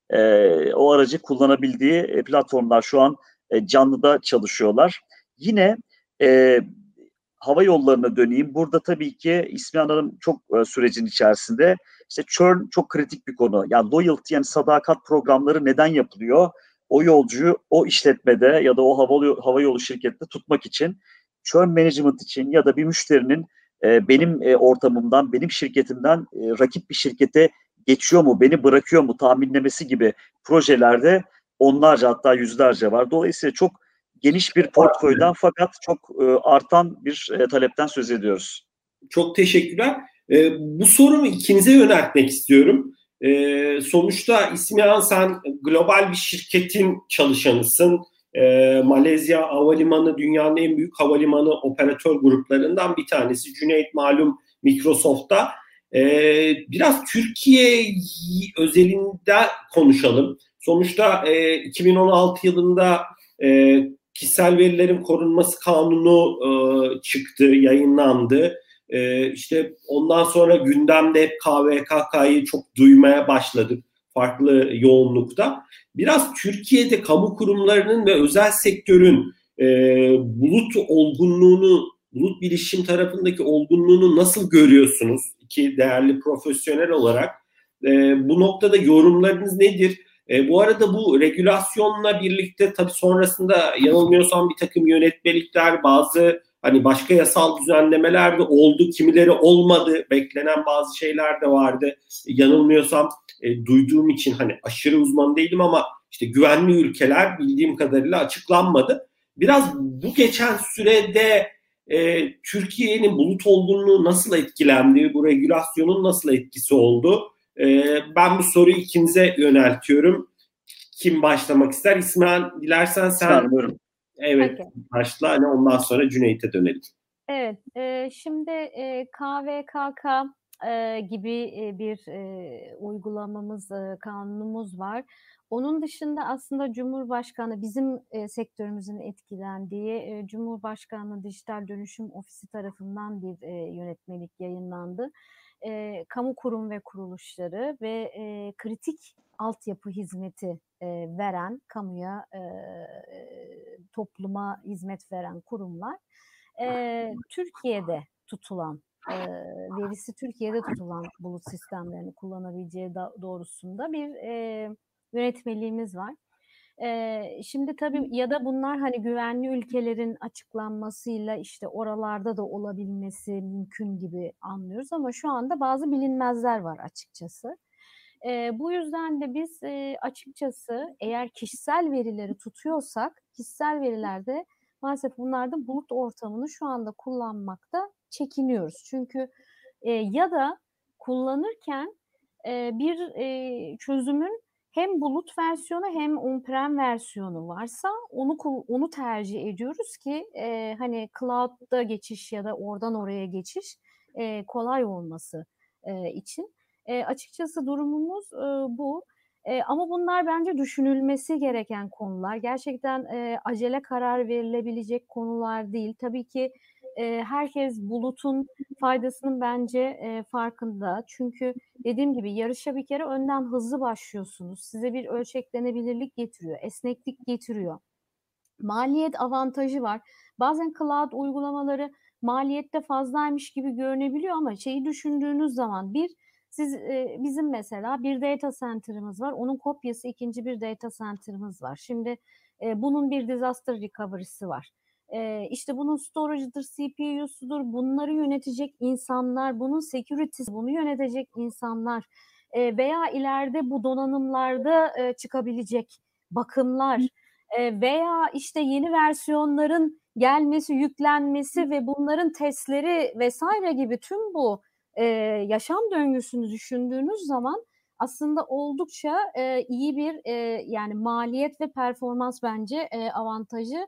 Speaker 2: o aracı kullanabildiği platformlar şu an canlıda çalışıyorlar. Yine e, hava yollarına döneyim. Burada tabii ki İsmihan Hanım çok sürecin içerisinde. İşte churn çok kritik bir konu. Yani loyalty, yani sadakat programları neden yapılıyor? O yolcuyu o işletmede ya da o hava yolu şirketinde tutmak için, churn management için ya da bir müşterinin benim ortamımdan, benim şirketimden rakip bir şirkete geçiyor mu, beni bırakıyor mu tahminlemesi gibi projelerde onlarca, hatta yüzlerce var. Dolayısıyla çok geniş bir portföyden fakat çok artan bir talepten söz ediyoruz.
Speaker 1: Çok teşekkürler. Bu sorumu ikinize yöneltmek istiyorum. Sonuçta İsmihan, sen global bir şirketin çalışanısın. Malezya Havalimanı dünyanın en büyük havalimanı operatör gruplarından bir tanesi. Cüneyt malum Microsoft'ta. Biraz Türkiye özelinde konuşalım. Sonuçta 2016 yılında kişisel verilerin korunması kanunu çıktı, yayınlandı. İşte ondan sonra gündemde hep KVKK'yı çok duymaya başladık farklı yoğunlukta. Biraz Türkiye'de kamu kurumlarının ve özel sektörün bulut olgunluğunu, bulut bilişim tarafındaki olgunluğunu nasıl görüyorsunuz? İki değerli profesyonel olarak. Bu noktada yorumlarınız nedir? Bu arada bu regülasyonla birlikte tabii sonrasında yanılmıyorsam bir takım yönetmelikler, bazı hani başka yasal düzenlemeler de oldu. Kimileri olmadı. Beklenen bazı şeyler de vardı. Yanılmıyorsam duyduğum için hani aşırı uzman değilim ama işte güvenli ülkeler bildiğim kadarıyla açıklanmadı. Biraz bu geçen sürede Türkiye'nin bulut olgunluğu nasıl etkilendi? Bu regülasyonun nasıl etkisi oldu? Ben bu soruyu ikinize yöneltiyorum. Kim başlamak ister? İsmail, dilersen sen.
Speaker 2: Buyurun.
Speaker 1: Evet,
Speaker 3: Okay.
Speaker 1: başla. Hani ondan sonra Cüneyt'e dönelim.
Speaker 3: Evet, şimdi KVKK gibi bir uygulamamız, kanunumuz var. Onun dışında aslında Cumhurbaşkanı, bizim sektörümüzün etkilendiği Cumhurbaşkanlığı Dijital Dönüşüm Ofisi tarafından bir yönetmelik yayınlandı. Kamu kurum ve kuruluşları ve kritik altyapı hizmeti veren, kamuya, topluma hizmet veren kurumlar, Türkiye'de tutulan, verisi Türkiye'de tutulan bulut sistemlerini kullanabileceği doğrusunda bir yönetmeliğimiz var. Şimdi tabii ya da bunlar hani güvenli ülkelerin açıklanmasıyla işte oralarda da olabilmesi mümkün gibi anlıyoruz ama şu anda bazı bilinmezler var açıkçası. Bu yüzden de biz açıkçası eğer kişisel verileri tutuyorsak, kişisel verilerde maalesef bunlarda bulut ortamını şu anda kullanmakta çekiniyoruz. Çünkü ya da kullanırken bir çözümün hem bulut versiyonu hem on-prem versiyonu varsa onu tercih ediyoruz ki hani cloud'da geçiş ya da oradan oraya geçiş kolay olması için. Açıkçası durumumuz bu. Ama bunlar bence düşünülmesi gereken konular. Gerçekten acele karar verilebilecek konular değil. Tabii ki herkes bulutun faydasının bence farkında. Çünkü dediğim gibi yarışa bir kere önden hızlı başlıyorsunuz. Size bir ölçeklenebilirlik getiriyor, esneklik getiriyor. Maliyet avantajı var. Bazen cloud uygulamaları maliyette fazlaymış gibi görünebiliyor ama şeyi düşündüğünüz zaman bizim mesela bir data center'ımız var. Onun kopyası ikinci bir data center'ımız var. Şimdi bunun bir disaster recovery'si var. İşte bunun storage'ıdır, CPU'sudur. Bunları yönetecek insanlar, bunun security'si, bunu yönetecek insanlar veya ileride bu donanımlarda çıkabilecek bakımlar veya işte yeni versiyonların gelmesi, yüklenmesi ve bunların testleri vesaire gibi tüm bu yaşam döngüsünü düşündüğünüz zaman aslında oldukça iyi bir yani maliyet ve performans bence avantajı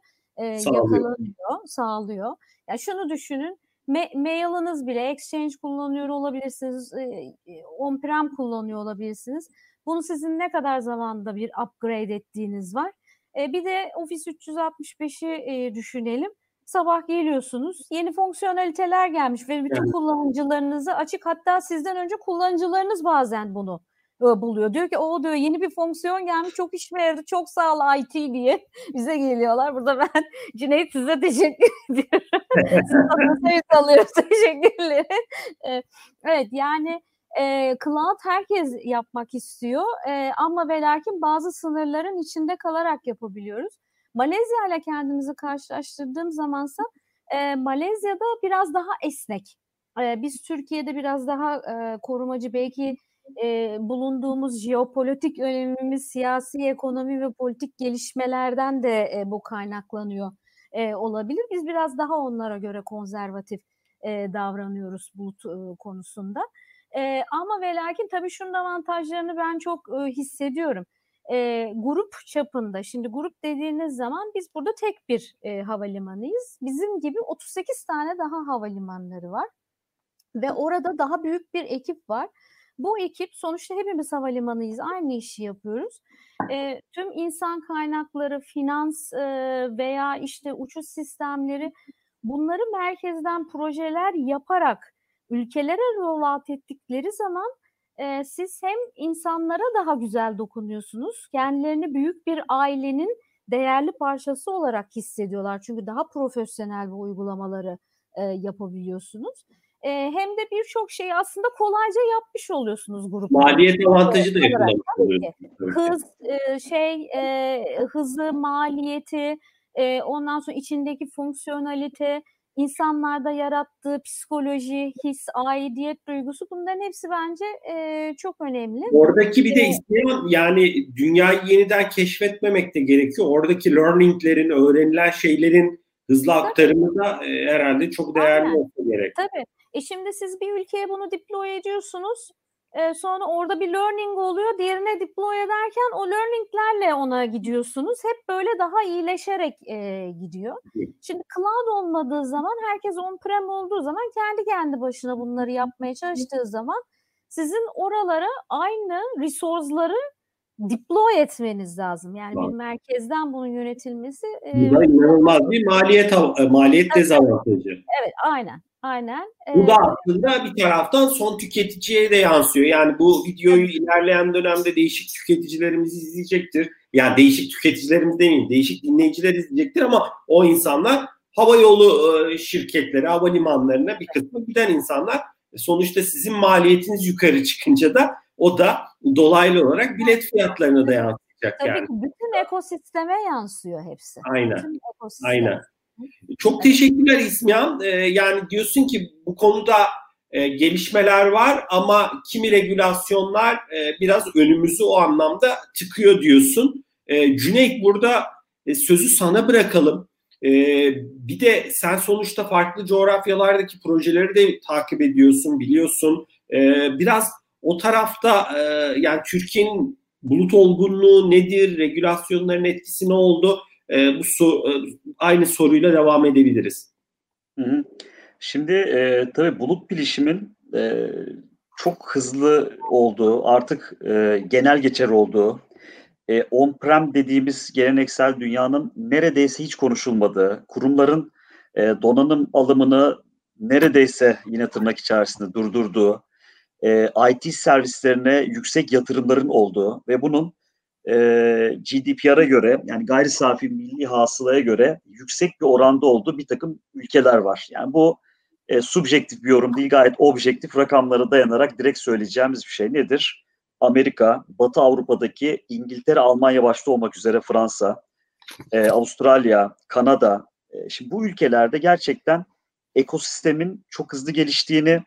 Speaker 3: sağlıyor. Yani şunu düşünün, mailiniz bile Exchange kullanıyor olabilirsiniz, on-prem kullanıyor olabilirsiniz. Bunu sizin ne kadar zamanda bir upgrade ettiğiniz var. Bir de Office 365'i düşünelim. Sabah geliyorsunuz, yeni fonksiyoneliteler gelmiş ve bütün kullanıcılarınızı açık, hatta sizden önce kullanıcılarınız bazen bunu buluyor. Diyor ki o diyor yeni bir fonksiyon gelmiş, çok işime yaradı, çok sağ ol IT diye bize geliyorlar. Burada ben Cüneyt size teşekkür ediyorum. Siz bana sevgi alıyoruz, teşekkürler. Evet yani cloud herkes yapmak istiyor ama ve lakin bazı sınırların içinde kalarak yapabiliyoruz. Malezya ile kendimizi karşılaştırdığım zamansa Malezya'da biraz daha esnek. Biz Türkiye'de biraz daha korumacı, belki bulunduğumuz jeopolitik önemimiz, siyasi, ekonomi ve politik gelişmelerden de bu kaynaklanıyor olabilir. Biz biraz daha onlara göre konservatif davranıyoruz bulut konusunda. Ama ve lakin tabii şunun avantajlarını ben çok hissediyorum. Grup çapında, şimdi grup dediğiniz zaman biz burada tek bir havalimanıyız. Bizim gibi 38 tane daha havalimanları var ve orada daha büyük bir ekip var. Bu ekip, sonuçta hepimiz havalimanıyız, aynı işi yapıyoruz. Tüm insan kaynakları, finans veya işte uçuş sistemleri, bunları merkezden projeler yaparak ülkelere rollout ettikleri zaman siz hem insanlara daha güzel dokunuyorsunuz, kendilerini büyük bir ailenin değerli parçası olarak hissediyorlar. Çünkü daha profesyonel bu uygulamaları yapabiliyorsunuz. Hem de birçok şeyi aslında kolayca yapmış oluyorsunuz grupta.
Speaker 1: Maliyet avantajı da yakalamış oluyorsunuz.
Speaker 3: Hızı, maliyeti, ondan sonra içindeki fonksiyonalite, insanlarda yarattığı psikoloji, his, aidiyet duygusu, bunların hepsi bence çok önemli.
Speaker 1: Oradaki bir de isteyen, yani dünyayı yeniden keşfetmemek de gerekiyor. Oradaki learninglerin, öğrenilen şeylerin hızlı aktarımı da herhalde çok değerli olsa gerek.
Speaker 3: Tabii. Şimdi siz bir ülkeye bunu deploy ediyorsunuz. Sonra orada bir learning oluyor. Diğerine deploy ederken o learninglerle ona gidiyorsunuz. Hep böyle daha iyileşerek gidiyor. Şimdi cloud olmadığı zaman, herkes on-prem olduğu zaman, kendi başına bunları yapmaya çalıştığı zaman sizin oralara aynı resource'ları deploy etmeniz lazım. Yani bir merkezden bunun yönetilmesi
Speaker 1: bu da inanılmaz bir maliyet dezavantajı.
Speaker 3: Evet, aynen.
Speaker 1: Bu da aslında bir taraftan son tüketiciye de yansıyor. Yani bu videoyu ilerleyen dönemde değişik tüketicilerimiz izleyecektir. Yani değişik tüketicilerimiz demeyeyim, değişik dinleyiciler izleyecektir ama o insanlar havayolu şirketleri, havalimanlarına bir kısmı giden insanlar. Sonuçta sizin maliyetiniz yukarı çıkınca da o da dolaylı olarak bilet fiyatlarına da yansıyacak.
Speaker 3: Tabii ki bütün ekosisteme yansıyor hepsi.
Speaker 1: Aynen. Çok teşekkürler İsmihan. Yani diyorsun ki bu konuda gelişmeler var ama kimi regülasyonlar biraz önümüzü o anlamda tıkıyor diyorsun. Cüneyt, burada sözü sana bırakalım. Bir de sen sonuçta farklı coğrafyalardaki projeleri de takip ediyorsun, biliyorsun. Biraz o tarafta yani Türkiye'nin bulut olgunluğu nedir, regülasyonların etkisi ne oldu? Aynı soruyla devam edebiliriz.
Speaker 2: Şimdi tabii bulut bilişimin çok hızlı olduğu, artık genel geçer olduğu, on-prem dediğimiz geleneksel dünyanın neredeyse hiç konuşulmadığı, kurumların donanım alımını neredeyse yine tırnak içerisinde durdurduğu, IT servislerine yüksek yatırımların olduğu ve bunun GDPR'a göre, yani gayri safi milli hasılaya göre yüksek bir oranda olduğu bir takım ülkeler var. Yani bu subjektif bir yorum değil, gayet objektif rakamlara dayanarak direkt söyleyeceğimiz bir şey nedir? Amerika, Batı Avrupa'daki İngiltere, Almanya başta olmak üzere Fransa, Avustralya, Kanada. Şimdi bu ülkelerde gerçekten ekosistemin çok hızlı geliştiğini,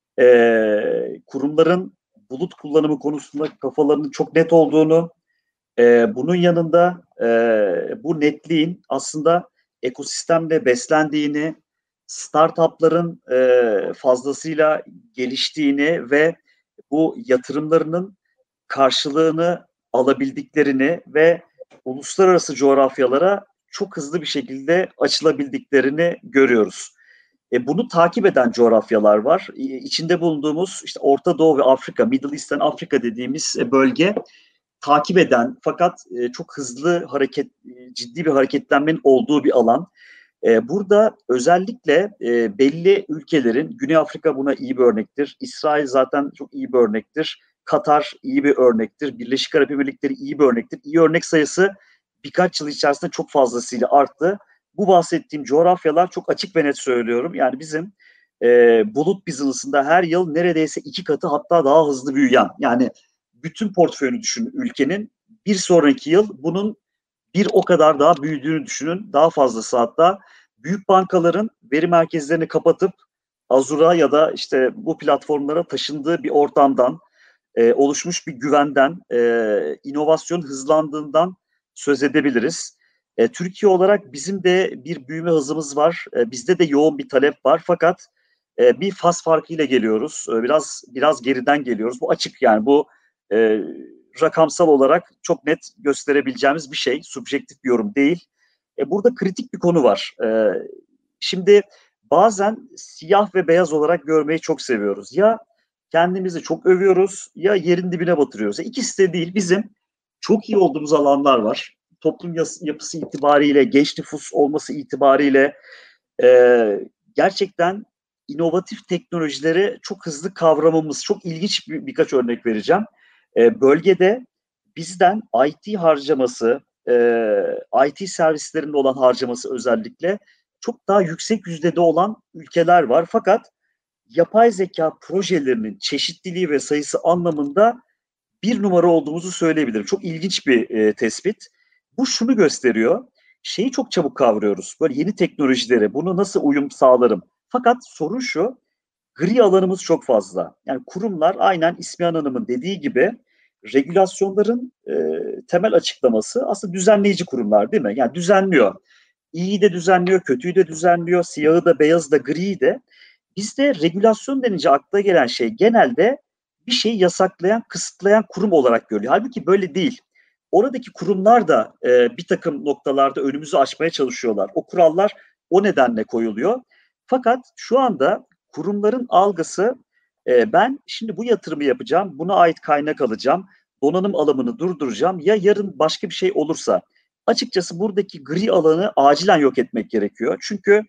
Speaker 2: kurumların bulut kullanımı konusunda kafalarının çok net olduğunu, bunun yanında bu netliğin aslında ekosistemle beslendiğini, startupların fazlasıyla geliştiğini ve bu yatırımlarının karşılığını alabildiklerini ve uluslararası coğrafyalara çok hızlı bir şekilde açılabildiklerini görüyoruz. Bunu takip eden coğrafyalar var. İçinde bulunduğumuz işte Orta Doğu ve Afrika, Middle East and Afrika dediğimiz bölge takip eden fakat çok hızlı ciddi bir hareketlenmenin olduğu bir alan. Burada özellikle belli ülkelerin, Güney Afrika buna iyi bir örnektir. İsrail zaten çok iyi bir örnektir. Katar iyi bir örnektir. Birleşik Arap Emirlikleri iyi bir örnektir. İyi örnek sayısı birkaç yıl içerisinde çok fazlasıyla arttı. Bu bahsettiğim coğrafyalar çok açık ve net söylüyorum. Yani bizim bulut business'ında her yıl neredeyse 2 katı hatta daha hızlı büyüyen, yani bütün portföyünü düşünün ülkenin, bir sonraki yıl bunun bir o kadar daha büyüdüğünü düşünün. Daha fazlası hatta. Büyük bankaların veri merkezlerini kapatıp Azure'a ya da işte bu platformlara taşındığı bir ortamdan, oluşmuş bir güvenden, inovasyon hızlandığından söz edebiliriz. Türkiye olarak bizim de bir büyüme hızımız var. Bizde de yoğun bir talep var. Fakat bir faz farkıyla geliyoruz. Biraz geriden geliyoruz. Bu açık, yani bu rakamsal olarak çok net gösterebileceğimiz bir şey. Subjektif bir yorum değil. Burada kritik bir konu var. Şimdi bazen siyah ve beyaz olarak görmeyi çok seviyoruz. Ya kendimizi çok övüyoruz ya yerin dibine batırıyoruz. İkisi de değil. Bizim çok iyi olduğumuz alanlar var. Toplum yapısı itibariyle, genç nüfus olması itibariyle gerçekten inovatif teknolojileri çok hızlı kavramamız, çok ilginç birkaç örnek vereceğim. Bölgede bizden IT harcaması, IT servislerinde olan harcaması özellikle çok daha yüksek yüzdede olan ülkeler var. Fakat yapay zeka projelerinin çeşitliliği ve sayısı anlamında bir numara olduğumuzu söyleyebilirim. Çok ilginç bir tespit. Bu şunu gösteriyor. Şeyi çok çabuk kavruyoruz. Böyle yeni teknolojilere, bunu nasıl uyum sağlarım? Fakat sorun şu, gri alanımız çok fazla. Yani kurumlar aynen İsmihan Hanım'ın dediği gibi regülasyonların temel açıklaması aslında düzenleyici kurumlar, değil mi? Yani düzenliyor. İyiyi de düzenliyor, kötüyü de düzenliyor, siyahı da, beyazı da, griyi de. Bizde regülasyon denince akla gelen şey genelde bir şeyi yasaklayan, kısıtlayan kurum olarak görülüyor. Halbuki böyle değil. Oradaki kurumlar da bir takım noktalarda önümüzü açmaya çalışıyorlar. O kurallar o nedenle koyuluyor. Fakat şu anda kurumların algısı, ben şimdi bu yatırımı yapacağım, buna ait kaynak alacağım, donanım alımını durduracağım, ya yarın başka bir şey olursa. Açıkçası buradaki gri alanı acilen yok etmek gerekiyor. Çünkü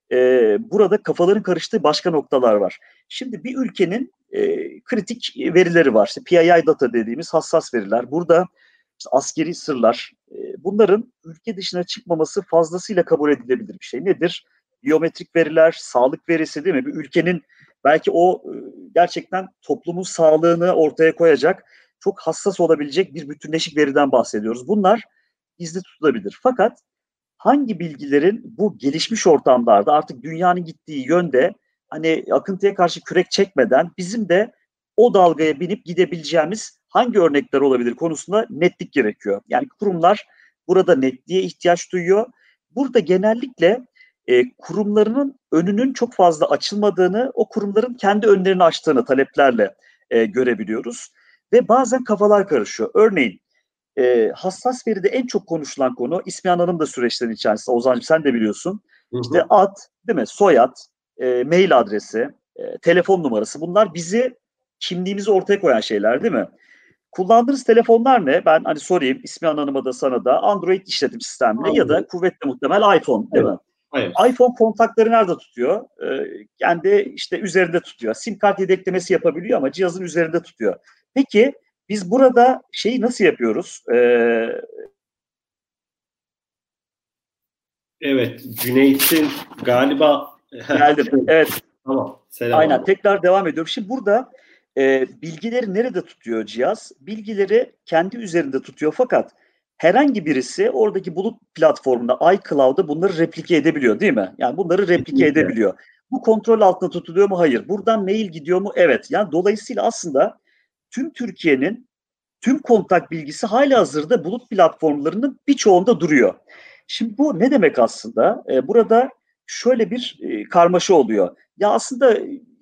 Speaker 2: burada kafaların karıştığı başka noktalar var. Şimdi bir ülkenin kritik verileri var. İşte PII data dediğimiz hassas veriler. Burada işte askeri sırlar. Bunların ülke dışına çıkmaması fazlasıyla kabul edilebilir bir şey. Nedir? Biyometrik veriler, sağlık verisi, değil mi? Bir ülkenin belki o gerçekten toplumun sağlığını ortaya koyacak, çok hassas olabilecek bir bütünleşik veriden bahsediyoruz. Bunlar gizli tutulabilir. Fakat hangi bilgilerin bu gelişmiş ortamlarda artık dünyanın gittiği yönde hani akıntıya karşı kürek çekmeden bizim de o dalgaya binip gidebileceğimiz hangi örnekler olabilir konusunda netlik gerekiyor. Yani kurumlar burada netliğe ihtiyaç duyuyor. Burada genellikle kurumlarının önünün çok fazla açılmadığını, o kurumların kendi önlerini açtığını taleplerle görebiliyoruz. Ve bazen kafalar karışıyor. Örneğin hassas veride en çok konuşulan konu, İsmihan Hanım da süreçlerin içerisinde, Ozan'cığım sen de biliyorsun. İşte ad, değil mi? Soyad, mail adresi, telefon numarası, bunlar bizi kimliğimizi ortaya koyan şeyler değil mi? Kullandığınız telefonlar ne? Ben hani sorayım İsmihan Hanım'a da sana da. Android işletim sistemli ya da kuvvetle muhtemel iPhone değil mi?
Speaker 1: Evet.
Speaker 2: iPhone kontakları nerede tutuyor? Kendi işte üzerinde tutuyor. SIM kart yedeklemesi yapabiliyor ama cihazın üzerinde tutuyor. Peki biz burada şeyi nasıl yapıyoruz?
Speaker 1: Evet, Cüneyt'in galiba
Speaker 2: Geldim. Evet.
Speaker 1: Tamam. Selam.
Speaker 2: Aynen. Tekrar devam ediyorum. Şimdi burada bilgileri nerede tutuyor cihaz? Bilgileri kendi üzerinde tutuyor fakat herhangi birisi oradaki bulut platformunda, iCloud'da bunları replike edebiliyor değil mi? Yani bunları replike edebiliyor. Bu kontrol altında tutuluyor mu? Hayır. Buradan mail gidiyor mu? Evet. Yani dolayısıyla aslında tüm Türkiye'nin tüm kontak bilgisi halihazırda bulut platformlarının birçoğunda duruyor. Şimdi bu ne demek aslında? Burada şöyle bir karmaşa oluyor. Ya aslında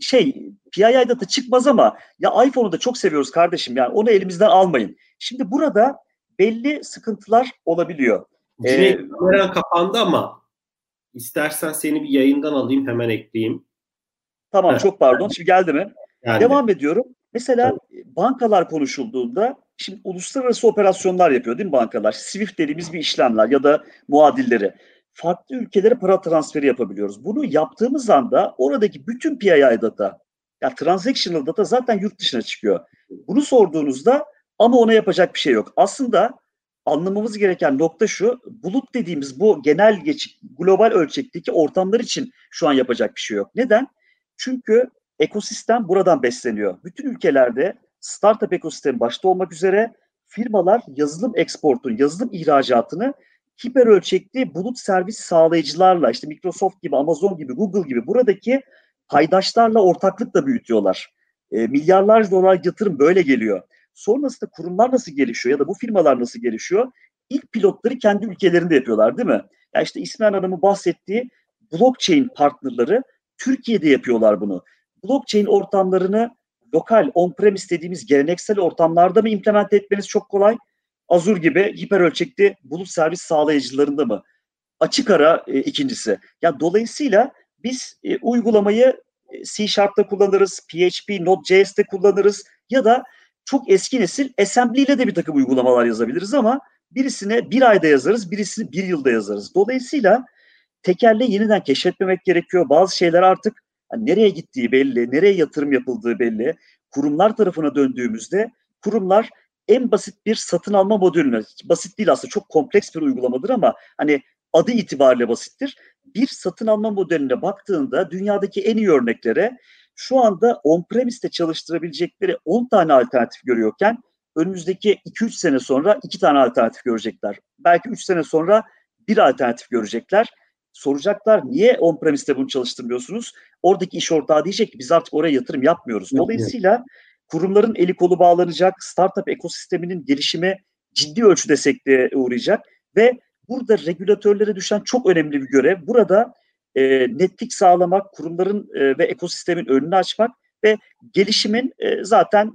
Speaker 2: PII data çıkmaz ama ya iPhone'u da çok seviyoruz kardeşim, yani onu elimizden almayın. Şimdi burada belli sıkıntılar olabiliyor.
Speaker 1: Cüneyt kameran kapandı ama istersen seni bir yayından alayım, hemen ekleyeyim.
Speaker 2: Tamam, çok pardon. Şimdi geldi mi?
Speaker 1: Geldi.
Speaker 2: Devam ediyorum. Mesela bankalar konuşulduğunda şimdi uluslararası operasyonlar yapıyor değil mi bankalar? SWIFT dediğimiz bir işlemler ya da muadilleri. Farklı ülkelere para transferi yapabiliyoruz. Bunu yaptığımız anda oradaki bütün PII data, yani transactional data zaten yurt dışına çıkıyor. Bunu sorduğunuzda ama ona yapacak bir şey yok. Aslında anlamamız gereken nokta şu: bulut dediğimiz bu genel global ölçekteki ortamlar için şu an yapacak bir şey yok. Neden? Çünkü ekosistem buradan besleniyor. Bütün ülkelerde startup ekosistemi başta olmak üzere firmalar yazılım eksportunu, yazılım ihracatını hiper ölçekli bulut servis sağlayıcılarla, işte Microsoft gibi, Amazon gibi, Google gibi buradaki paydaşlarla ortaklıkla büyütüyorlar. Milyarlarca dolar yatırım böyle geliyor. Sonrasında kurumlar nasıl gelişiyor ya da bu firmalar nasıl gelişiyor? İlk pilotları kendi ülkelerinde yapıyorlar değil mi? Yani işte İsmail Hanım'ın bahsettiği blockchain partnerları Türkiye'de yapıyorlar bunu. Blockchain ortamlarını lokal, on-premise dediğimiz geleneksel ortamlarda mı implement etmeniz çok kolay? Azure gibi hiper ölçekli bulut servis sağlayıcılarında mı? Açık ara ikincisi. Yani dolayısıyla biz uygulamayı C#'da kullanırız, PHP, Node.js'te kullanırız ya da çok eski nesil assembly ile de bir takım uygulamalar yazabiliriz ama birisine bir ayda yazarız, birisini bir yılda yazarız. Dolayısıyla tekerleği yeniden keşfetmemek gerekiyor. Bazı şeyler artık nereye gittiği belli, nereye yatırım yapıldığı belli. Kurumlar tarafına döndüğümüzde kurumlar en basit bir satın alma modülüne, basit değil aslında, çok kompleks bir uygulamadır ama hani adı itibariyle basittir. Bir satın alma modeline baktığında dünyadaki en iyi örneklere şu anda on-premise'te çalıştırabilecekleri 10 tane alternatif görüyorken önümüzdeki 2-3 sene sonra 2 tane alternatif görecekler. Belki 3 sene sonra bir alternatif görecekler. Soracaklar, niye on-premise'te bunu çalıştırmıyorsunuz? Oradaki iş ortağı diyecek ki biz artık oraya yatırım yapmıyoruz. Dolayısıyla kurumların eli kolu bağlanacak, startup ekosisteminin gelişimi ciddi ölçüde sekteye uğrayacak ve burada regülatörlere düşen çok önemli bir görev. Burada netlik sağlamak, kurumların ve ekosistemin önünü açmak ve gelişimin zaten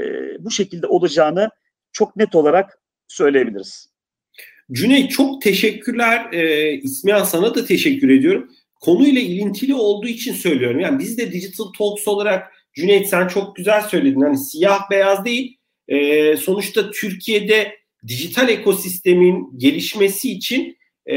Speaker 2: bu şekilde olacağını çok net olarak söyleyebiliriz.
Speaker 1: Cüneyt, çok teşekkürler. İsmihan, sana da teşekkür ediyorum. Konuyla ilintili olduğu için söylüyorum. Yani biz de Digital Talks olarak, Cüneyt sen çok güzel söyledin. Hani siyah beyaz değil. Sonuçta Türkiye'de dijital ekosistemin gelişmesi için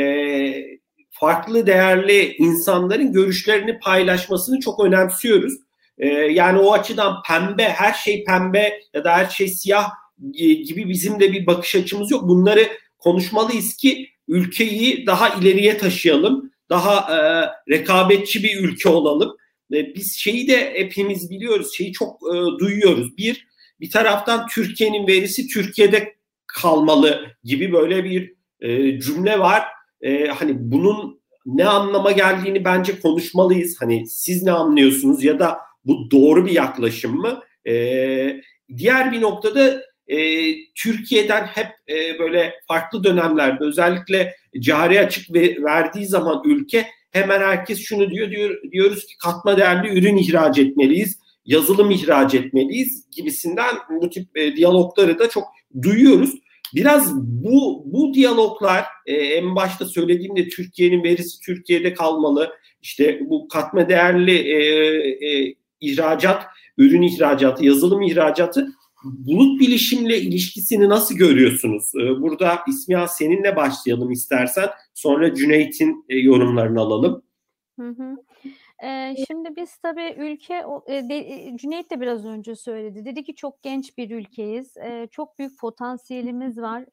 Speaker 1: farklı değerli insanların görüşlerini paylaşmasını çok önemsiyoruz. Yani o açıdan pembe, her şey pembe ya da her şey siyah gibi bizim de bir bakış açımız yok. Bunları konuşmalıyız ki ülkeyi daha ileriye taşıyalım. Daha rekabetçi bir ülke olalım. Biz şeyi de hepimiz biliyoruz, şeyi çok duyuyoruz. Bir taraftan Türkiye'nin verisi Türkiye'de kalmalı gibi böyle bir cümle var. Hani bunun ne anlama geldiğini bence konuşmalıyız. Hani siz ne anlıyorsunuz ya da bu doğru bir yaklaşım mı? Diğer bir noktada Türkiye'den hep böyle farklı dönemlerde özellikle cari açık verdiği zaman ülke hemen herkes şunu diyoruz ki katma değerli ürün ihraç etmeliyiz, yazılım ihraç etmeliyiz gibisinden bu tip diyalogları da çok duyuyoruz. Biraz bu diyaloglar en başta söylediğimde Türkiye'nin verisi Türkiye'de kalmalı, işte bu katma değerli ihracat ürün ihracatı, yazılım ihracatı bulut bilişimle ilişkisini nasıl görüyorsunuz? Burada İsmiha seninle başlayalım istersen. Sonra Cüneyt'in yorumlarını alalım.
Speaker 3: Hı hı. Şimdi biz tabii Cüneyt de biraz önce söyledi. Dedi ki çok genç bir ülkeyiz. Çok büyük potansiyelimiz var.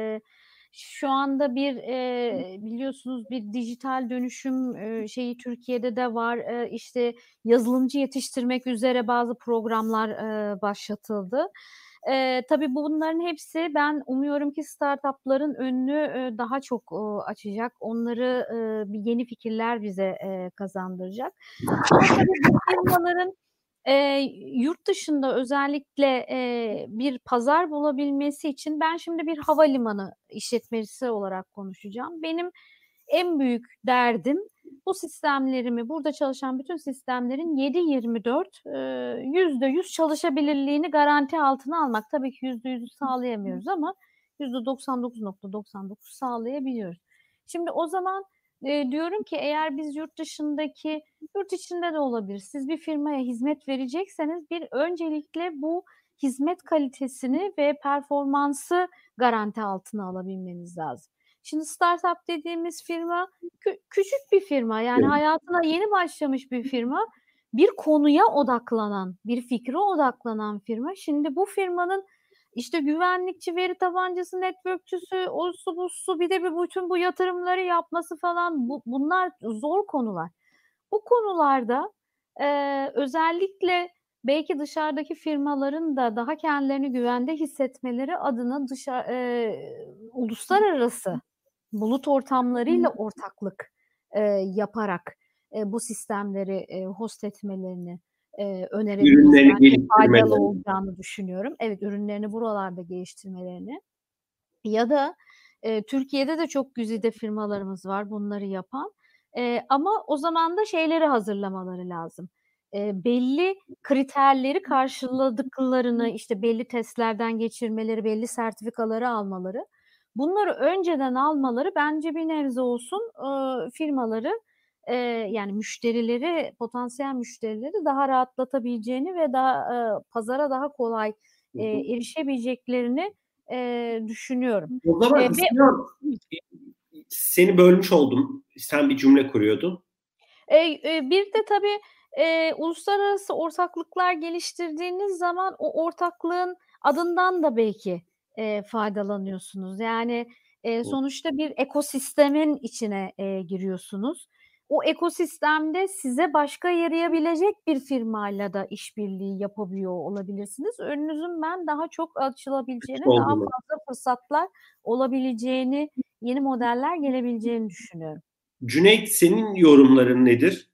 Speaker 3: Şu anda biliyorsunuz bir dijital dönüşüm şeyi Türkiye'de de var. İşte yazılımcı yetiştirmek üzere bazı programlar başlatıldı. Tabii bunların hepsi ben umuyorum ki startupların önünü daha çok açacak. Onları bir yeni fikirler bize kazandıracak. Ama tabii bu firmaların yurt dışında özellikle bir pazar bulabilmesi için ben şimdi bir havalimanı işletmecisi olarak konuşacağım. Benim en büyük derdim bu sistemlerimi, burada çalışan bütün sistemlerin 7/24 %100 çalışabilirliğini garanti altına almak. Tabii ki %100'ü sağlayamıyoruz ama %99.99 sağlayabiliyoruz. Şimdi o zaman diyorum ki eğer biz yurt içinde de olabilir. Siz bir firmaya hizmet verecekseniz öncelikle bu hizmet kalitesini ve performansı garanti altına alabilmeniz lazım. Şimdi startup dediğimiz firma küçük bir firma, yani hayatına yeni başlamış bir firma, bir konuya odaklanan, bir fikre odaklanan firma. Şimdi bu firmanın işte güvenlikçi, veri tabancası, networkçüsü, osu busu, bir de bütün bu yatırımları yapması falan, bunlar zor konular. Bu konularda özellikle belki dışarıdaki firmaların da daha kendilerini güvende hissetmeleri adına uluslararası bulut ortamlarıyla ortaklık yaparak bu sistemleri host etmelerini önerebiliriz. Ben faydalı olacağını düşünüyorum. Evet, ürünlerini buralarda geliştirmelerini. Ya da Türkiye'de de çok güzide firmalarımız var bunları yapan. Ama o zaman da şeyleri hazırlamaları lazım. Belli kriterleri karşıladıklarını, işte belli testlerden geçirmeleri, belli sertifikaları almaları. Bunları önceden almaları bence bir nebze olsun firmaları, yani potansiyel müşterileri daha rahatlatabileceğini ve pazara daha kolay erişebileceklerini düşünüyorum.
Speaker 1: O zaman seni bölmüş oldum. Sen bir cümle kuruyordun.
Speaker 3: Bir de tabii uluslararası ortaklıklar geliştirdiğiniz zaman o ortaklığın adından da belki faydalanıyorsunuz. Yani sonuçta bir ekosistemin içine giriyorsunuz. O ekosistemde size başka yarayabilecek bir firmayla da işbirliği yapabiliyor olabilirsiniz. Önünüzün ben daha çok açılabileceğini, daha fazla fırsatlar olabileceğini, yeni modeller gelebileceğini düşünüyorum.
Speaker 1: Cüneyt, senin yorumların nedir?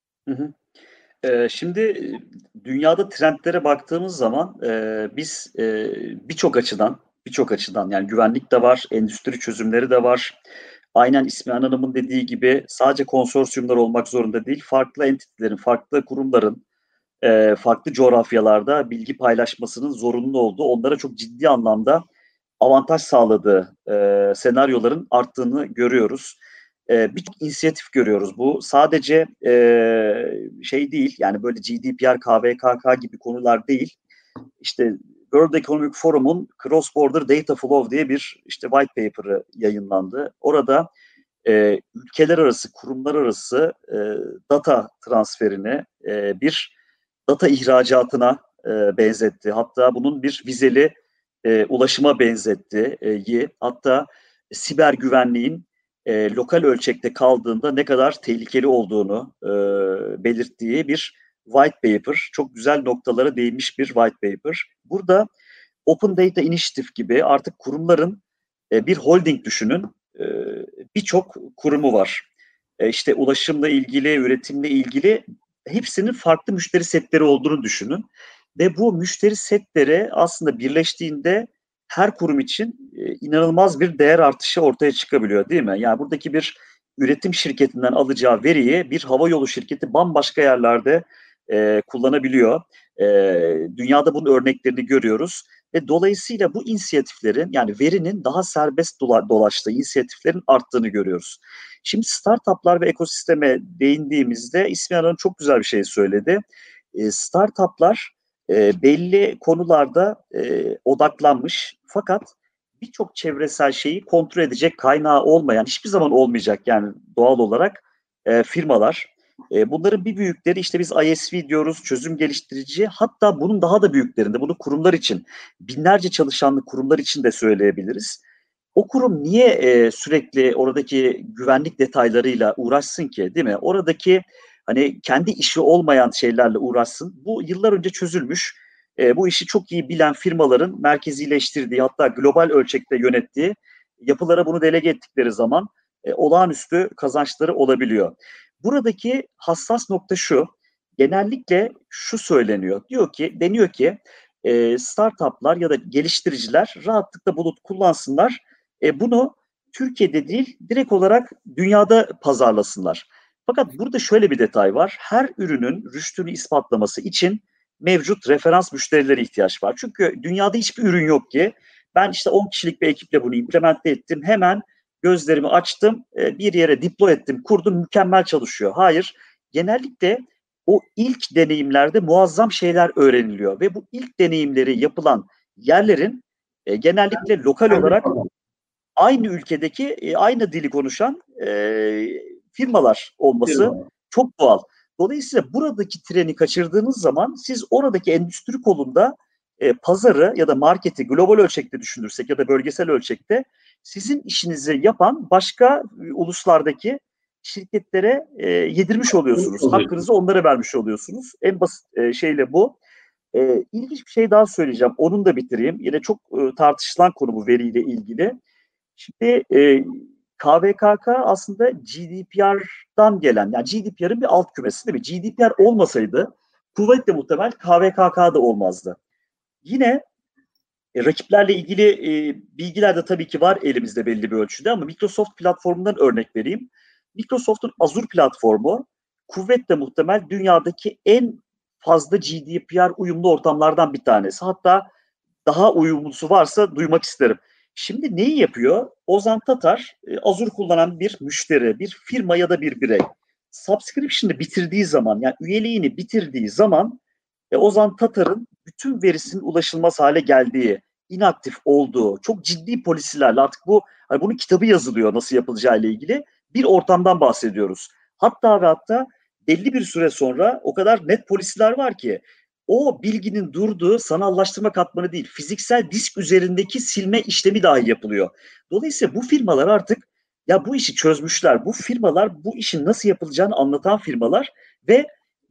Speaker 2: Şimdi dünyada trendlere baktığımız zaman biz birçok açıdan yani güvenlik de var, endüstri çözümleri de var. Aynen İsmihan Hanım'ın dediği gibi sadece konsorsiyumlar olmak zorunda değil, farklı entitelerin, farklı kurumların farklı coğrafyalarda bilgi paylaşmasının zorunlu olduğu, onlara çok ciddi anlamda avantaj sağladığı senaryoların arttığını görüyoruz. Birçok inisiyatif görüyoruz. Bu sadece şey değil, yani böyle GDPR, KVKK gibi konular değil. İşte World Economic Forum'un Cross Border Data Flow diye bir işte white paper'ı yayınlandı. Orada ülkeler arası, kurumlar arası data transferini bir data ihracatına benzetti. Hatta bunun bir vizeli ulaşıma benzetti. Hatta siber güvenliğin lokal ölçekte kaldığında ne kadar tehlikeli olduğunu belirttiği bir white paper. Çok güzel noktalara değinmiş bir white paper. Burada Open Data Initiative gibi artık kurumların bir holding düşünün. Birçok kurumu var. İşte ulaşımla ilgili, üretimle ilgili hepsinin farklı müşteri setleri olduğunu düşünün. Ve bu müşteri setleri aslında birleştiğinde her kurum için inanılmaz bir değer artışı ortaya çıkabiliyor, değil mi? Yani buradaki bir üretim şirketinden alacağı veriyi bir havayolu şirketi bambaşka yerlerde kullanabiliyor. Dünyada bunun örneklerini görüyoruz. Ve dolayısıyla bu inisiyatiflerin, yani verinin daha serbest dolaştığı inisiyatiflerin arttığını görüyoruz. Şimdi startuplar ve ekosisteme değindiğimizde İsmihan Hanım çok güzel bir şey söyledi. Startuplar belli konularda odaklanmış fakat birçok çevresel şeyi kontrol edecek kaynağı olmayan, hiçbir zaman olmayacak yani doğal olarak firmalar. Bunların bir büyükleri işte biz ISV diyoruz, çözüm geliştirici, hatta bunun daha da büyüklerinde, bunu kurumlar için, binlerce çalışanlı kurumlar için de söyleyebiliriz. O kurum niye sürekli oradaki güvenlik detaylarıyla uğraşsın ki, değil mi? Oradaki hani kendi işi olmayan şeylerle uğraşsın. Bu yıllar önce çözülmüş. Bu işi çok iyi bilen firmaların merkezileştirdiği, hatta global ölçekte yönettiği yapılara bunu delege ettikleri zaman olağanüstü kazançları olabiliyor. Buradaki hassas nokta şu, genellikle şu söyleniyor, deniyor ki startuplar ya da geliştiriciler rahatlıkla bulut kullansınlar, bunu Türkiye'de değil, direkt olarak dünyada pazarlasınlar. Fakat burada şöyle bir detay var, her ürünün rüştünü ispatlaması için mevcut referans müşterilere ihtiyaç var. Çünkü dünyada hiçbir ürün yok ki ben işte 10 kişilik bir ekiple bunu implemente ettim, hemen gözlerimi açtım, bir yere deploy ettim, kurdum, mükemmel çalışıyor. Hayır, genellikle o ilk deneyimlerde muazzam şeyler öğreniliyor ve bu ilk deneyimleri yapılan yerlerin genellikle lokal olarak aynı ülkedeki aynı dili konuşan firmalar olması çok doğal. Dolayısıyla buradaki treni kaçırdığınız zaman siz oradaki endüstri kolunda pazarı ya da marketi global ölçekte düşünürsek ya da bölgesel ölçekte sizin işinizi yapan başka uluslardaki şirketlere yedirmiş oluyorsunuz. Hakkınızı onlara vermiş oluyorsunuz. En basit şeyle bu. İlginç bir şey daha söyleyeceğim. Onun da bitireyim. Yine çok tartışılan konu bu veriyle ilgili. Şimdi KVKK aslında GDPR'dan gelen, yani GDPR'ın bir alt kümesi, değil mi? GDPR olmasaydı kuvvetle muhtemel KVKK da olmazdı. Yine rakiplerle ilgili bilgiler de tabii ki var elimizde belli bir ölçüde ama Microsoft platformundan örnek vereyim. Microsoft'un Azure platformu kuvvetle muhtemel dünyadaki en fazla GDPR uyumlu ortamlardan bir tanesi. Hatta daha uyumlusu varsa duymak isterim. Şimdi neyi yapıyor? Ozan Tatar, Azure kullanan bir müşteri, bir firma ya da bir birey. Subscription'ı bitirdiği zaman, yani üyeliğini bitirdiği zaman Ozan Tatar'ın bütün verisinin ulaşılmaz hale geldiği, inaktif olduğu, çok ciddi polisilerle artık hani bunun kitabı yazılıyor nasıl yapılacağı ile ilgili bir ortamdan bahsediyoruz. Hatta belli bir süre sonra o kadar net polisiler var ki o bilginin durduğu sanallaştırma katmanı değil, fiziksel disk üzerindeki silme işlemi dahi yapılıyor. Dolayısıyla bu firmalar artık ya bu işi çözmüşler. Bu firmalar bu işin nasıl yapılacağını anlatan firmalar ve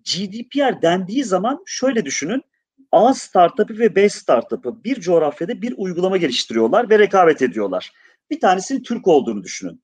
Speaker 2: GDPR dendiği zaman şöyle düşünün. A startup'ı ve B startup'ı bir coğrafyada bir uygulama geliştiriyorlar ve rekabet ediyorlar. Bir tanesinin Türk olduğunu düşünün.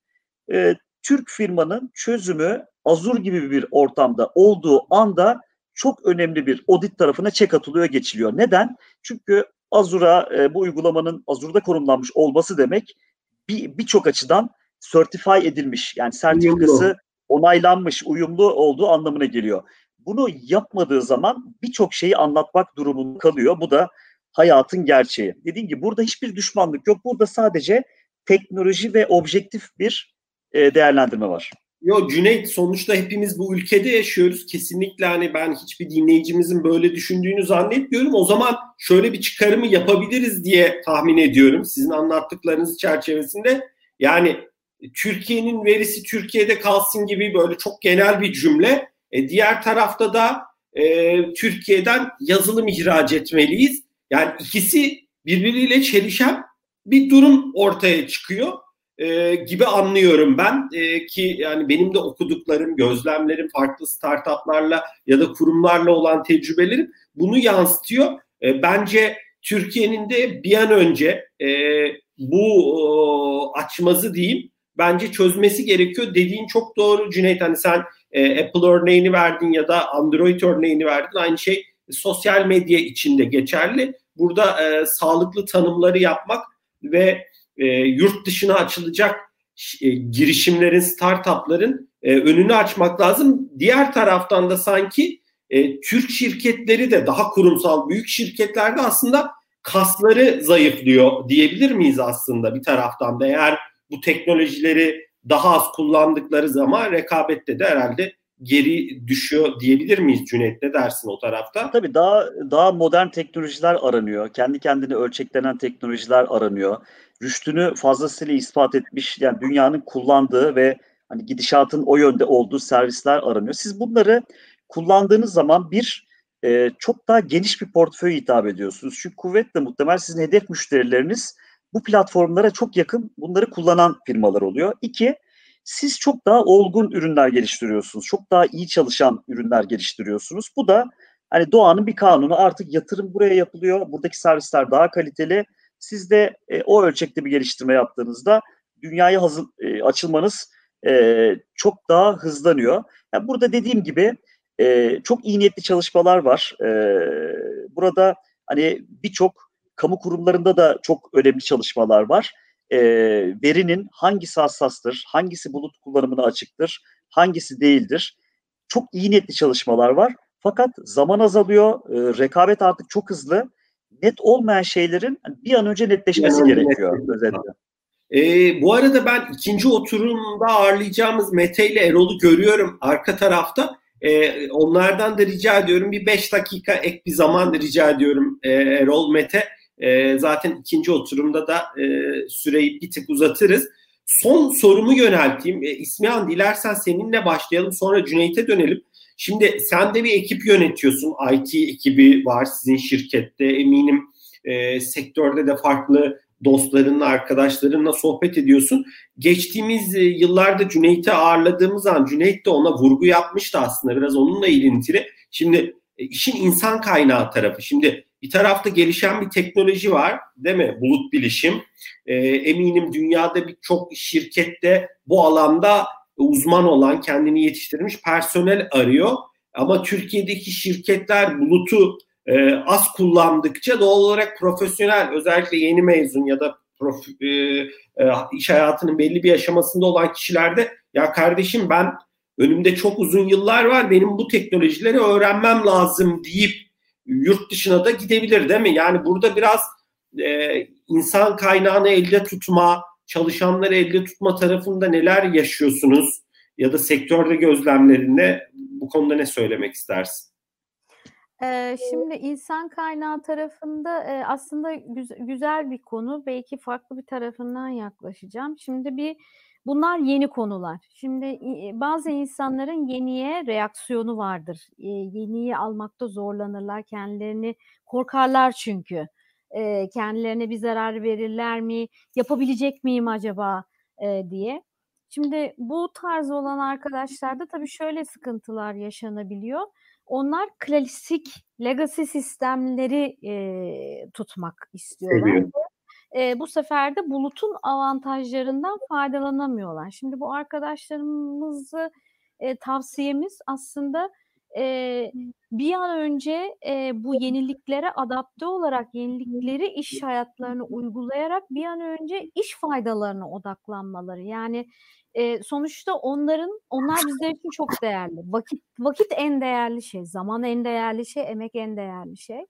Speaker 2: Türk firmanın çözümü Azure gibi bir ortamda olduğu anda çok önemli bir audit tarafına check atılıyor, geçiliyor. Neden? Çünkü Azure'a bu uygulamanın Azure'da konumlanmış olması demek birçok açıdan certify edilmiş. Yani sertifikası onaylanmış, uyumlu olduğu anlamına geliyor. Bunu yapmadığı zaman birçok şeyi anlatmak durumunda kalıyor. Bu da hayatın gerçeği. Dediğim gibi burada hiçbir düşmanlık yok. Burada sadece teknoloji ve objektif bir değerlendirme var.
Speaker 1: Yo Cüneyt, sonuçta hepimiz bu ülkede yaşıyoruz. Kesinlikle hani ben hiçbir dinleyicimizin böyle düşündüğünü zannetmiyorum. O zaman şöyle bir çıkarımı yapabiliriz diye tahmin ediyorum sizin anlattıklarınız çerçevesinde. Yani Türkiye'nin verisi Türkiye'de kalsın gibi böyle çok genel bir cümle. Diğer tarafta da Türkiye'den yazılım ihraç etmeliyiz. Yani ikisi birbiriyle çelişen bir durum ortaya çıkıyor gibi anlıyorum ben ki yani benim de okuduklarım, gözlemlerim, farklı startuplarla ya da kurumlarla olan tecrübelerim bunu yansıtıyor. Bence Türkiye'nin de bir an önce bu açmazı diyeyim bence çözmesi gerekiyor. Dediğin çok doğru Cüneyt. Hani sen Apple örneğini verdin ya da Android örneğini verdin. Aynı şey sosyal medya içinde geçerli. Burada sağlıklı tanımları yapmak ve yurt dışına açılacak girişimlerin, startupların önünü açmak lazım. Diğer taraftan da sanki Türk şirketleri de daha kurumsal büyük şirketlerde aslında kasları zayıflıyor diyebilir miyiz aslında bir taraftan da, eğer bu teknolojileri daha az kullandıkları zaman rekabette de herhalde geri düşüyor diyebilir miyiz Cüneyt? Ne dersin o tarafta?
Speaker 2: Tabii daha modern teknolojiler aranıyor. Kendi kendine ölçeklenen teknolojiler aranıyor. Rüştünü fazlasıyla ispat etmiş, yani dünyanın kullandığı ve hani gidişatın o yönde olduğu servisler aranıyor. Siz bunları kullandığınız zaman çok daha geniş bir portföy hitap ediyorsunuz. Çünkü kuvvetle muhtemel sizin hedef müşterileriniz bu platformlara çok yakın bunları kullanan firmalar oluyor. İki, siz çok daha olgun ürünler geliştiriyorsunuz. Çok daha iyi çalışan ürünler geliştiriyorsunuz. Bu da hani doğanın bir kanunu, artık yatırım buraya yapılıyor. Buradaki servisler daha kaliteli. Siz de o ölçekte bir geliştirme yaptığınızda dünyaya açılmanız çok daha hızlanıyor. Yani burada dediğim gibi çok iyi niyetli çalışmalar var. Burada hani birçok kamu kurumlarında da çok önemli çalışmalar var. Verinin hangisi hassastır, hangisi bulut kullanımına açıktır, hangisi değildir. Çok iyi niyetli çalışmalar var. Fakat zaman azalıyor, rekabet artık çok hızlı. Net olmayan şeylerin bir an önce netleşmesi gerekiyor özellikle.
Speaker 1: Bu arada ben ikinci oturumda ağırlayacağımız Mete ile Erol'u görüyorum arka tarafta. Onlardan da rica ediyorum, bir 5 dakika ek bir zaman rica ediyorum Erol, Mete. Zaten ikinci oturumda da süreyi bir tık uzatırız. Son sorumu yönelteyim. İsmihan, dilersen seninle başlayalım, sonra Cüneyt'e dönelim. Şimdi sen de bir ekip yönetiyorsun. IT ekibi var sizin şirkette. Eminim sektörde de farklı dostlarınla, arkadaşlarınla sohbet ediyorsun. Geçtiğimiz yıllarda Cüneyt'i ağırladığımız an Cüneyt de ona vurgu yapmıştı aslında, biraz onunla ilintili. Şimdi işin insan kaynağı tarafı. Şimdi bir tarafta gelişen bir teknoloji var, değil mi? Bulut bilişim. Eminim dünyada birçok şirkette bu alanda uzman olan, kendini yetiştirmiş personel arıyor. Ama Türkiye'deki şirketler bulutu az kullandıkça doğal olarak profesyonel, özellikle yeni mezun ya da iş hayatının belli bir aşamasında olan kişilerde, ya kardeşim ben önümde çok uzun yıllar var, benim bu teknolojileri öğrenmem lazım deyip yurt dışına da gidebilir, değil mi? Yani burada biraz insan kaynağını elde tutma, çalışanları elde tutma tarafında neler yaşıyorsunuz ya da sektörde gözlemlerinde bu konuda ne söylemek istersin?
Speaker 3: Şimdi insan kaynağı tarafında aslında güzel bir konu. Belki farklı bir tarafından yaklaşacağım. Şimdi bunlar yeni konular. Şimdi bazı insanların yeniye reaksiyonu vardır. Yeniyi almakta zorlanırlar, kendilerini korkarlar çünkü. Kendilerine bir zarar verirler mi, yapabilecek miyim acaba diye. Şimdi bu tarz olan arkadaşlarda tabii şöyle sıkıntılar yaşanabiliyor. Onlar klasik legacy sistemleri tutmak istiyorlar. Bu sefer de bulutun avantajlarından faydalanamıyorlar. Şimdi bu arkadaşlarımızı tavsiyemiz aslında bir an önce bu yeniliklere adapte olarak, yenilikleri iş hayatlarına uygulayarak bir an önce iş faydalarına odaklanmaları. Yani sonuçta onlar bizler için çok değerli. Vakit en değerli şey, zaman en değerli şey, emek en değerli şey.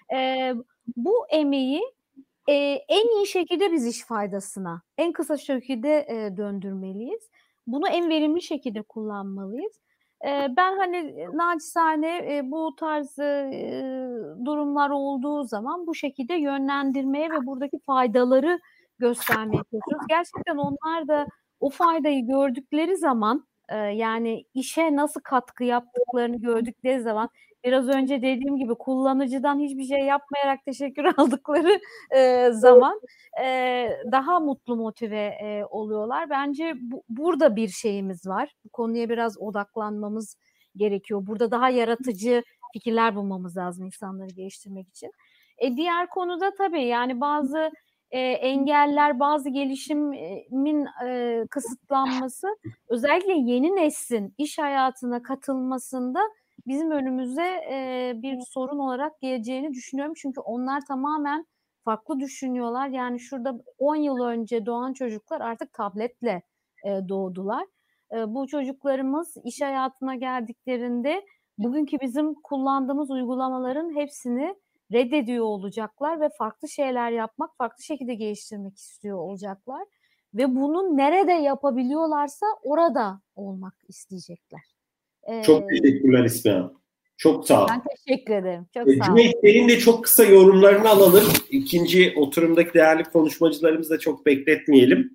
Speaker 3: Bu emeği en iyi şekilde biz iş faydasına, en kısa şekilde döndürmeliyiz. Bunu en verimli şekilde kullanmalıyız. Ben hani naçizane bu tarz durumlar olduğu zaman bu şekilde yönlendirmeye ve buradaki faydaları göstermeye çalışıyoruz. Gerçekten onlar da o faydayı gördükleri zaman, yani işe nasıl katkı yaptıklarını gördükleri zaman, biraz önce dediğim gibi kullanıcıdan hiçbir şey yapmayarak teşekkür aldıkları zaman daha mutlu, motive oluyorlar. Bence burada bir şeyimiz var. Bu konuya biraz odaklanmamız gerekiyor. Burada daha yaratıcı fikirler bulmamız lazım insanları geliştirmek için. Diğer konuda tabii yani bazı engeller, bazı gelişimin kısıtlanması, özellikle yeni neslin iş hayatına katılmasında bizim önümüze bir sorun olarak geleceğini düşünüyorum. Çünkü onlar tamamen farklı düşünüyorlar. Yani şurada 10 yıl önce doğan çocuklar artık tabletle doğdular. Bu çocuklarımız iş hayatına geldiklerinde bugünkü bizim kullandığımız uygulamaların hepsini reddediyor olacaklar ve farklı şeyler yapmak, farklı şekilde geliştirmek istiyor olacaklar. Ve bunu nerede yapabiliyorlarsa orada olmak isteyecekler.
Speaker 1: Çok teşekkürler İsmihan. Çok sağ ol.
Speaker 3: Ben teşekkür ederim. Çok sağ ol.
Speaker 1: Cüneyt, senin de çok kısa yorumlarını alalım. İkinci oturumdaki değerli konuşmacılarımızı da çok bekletmeyelim.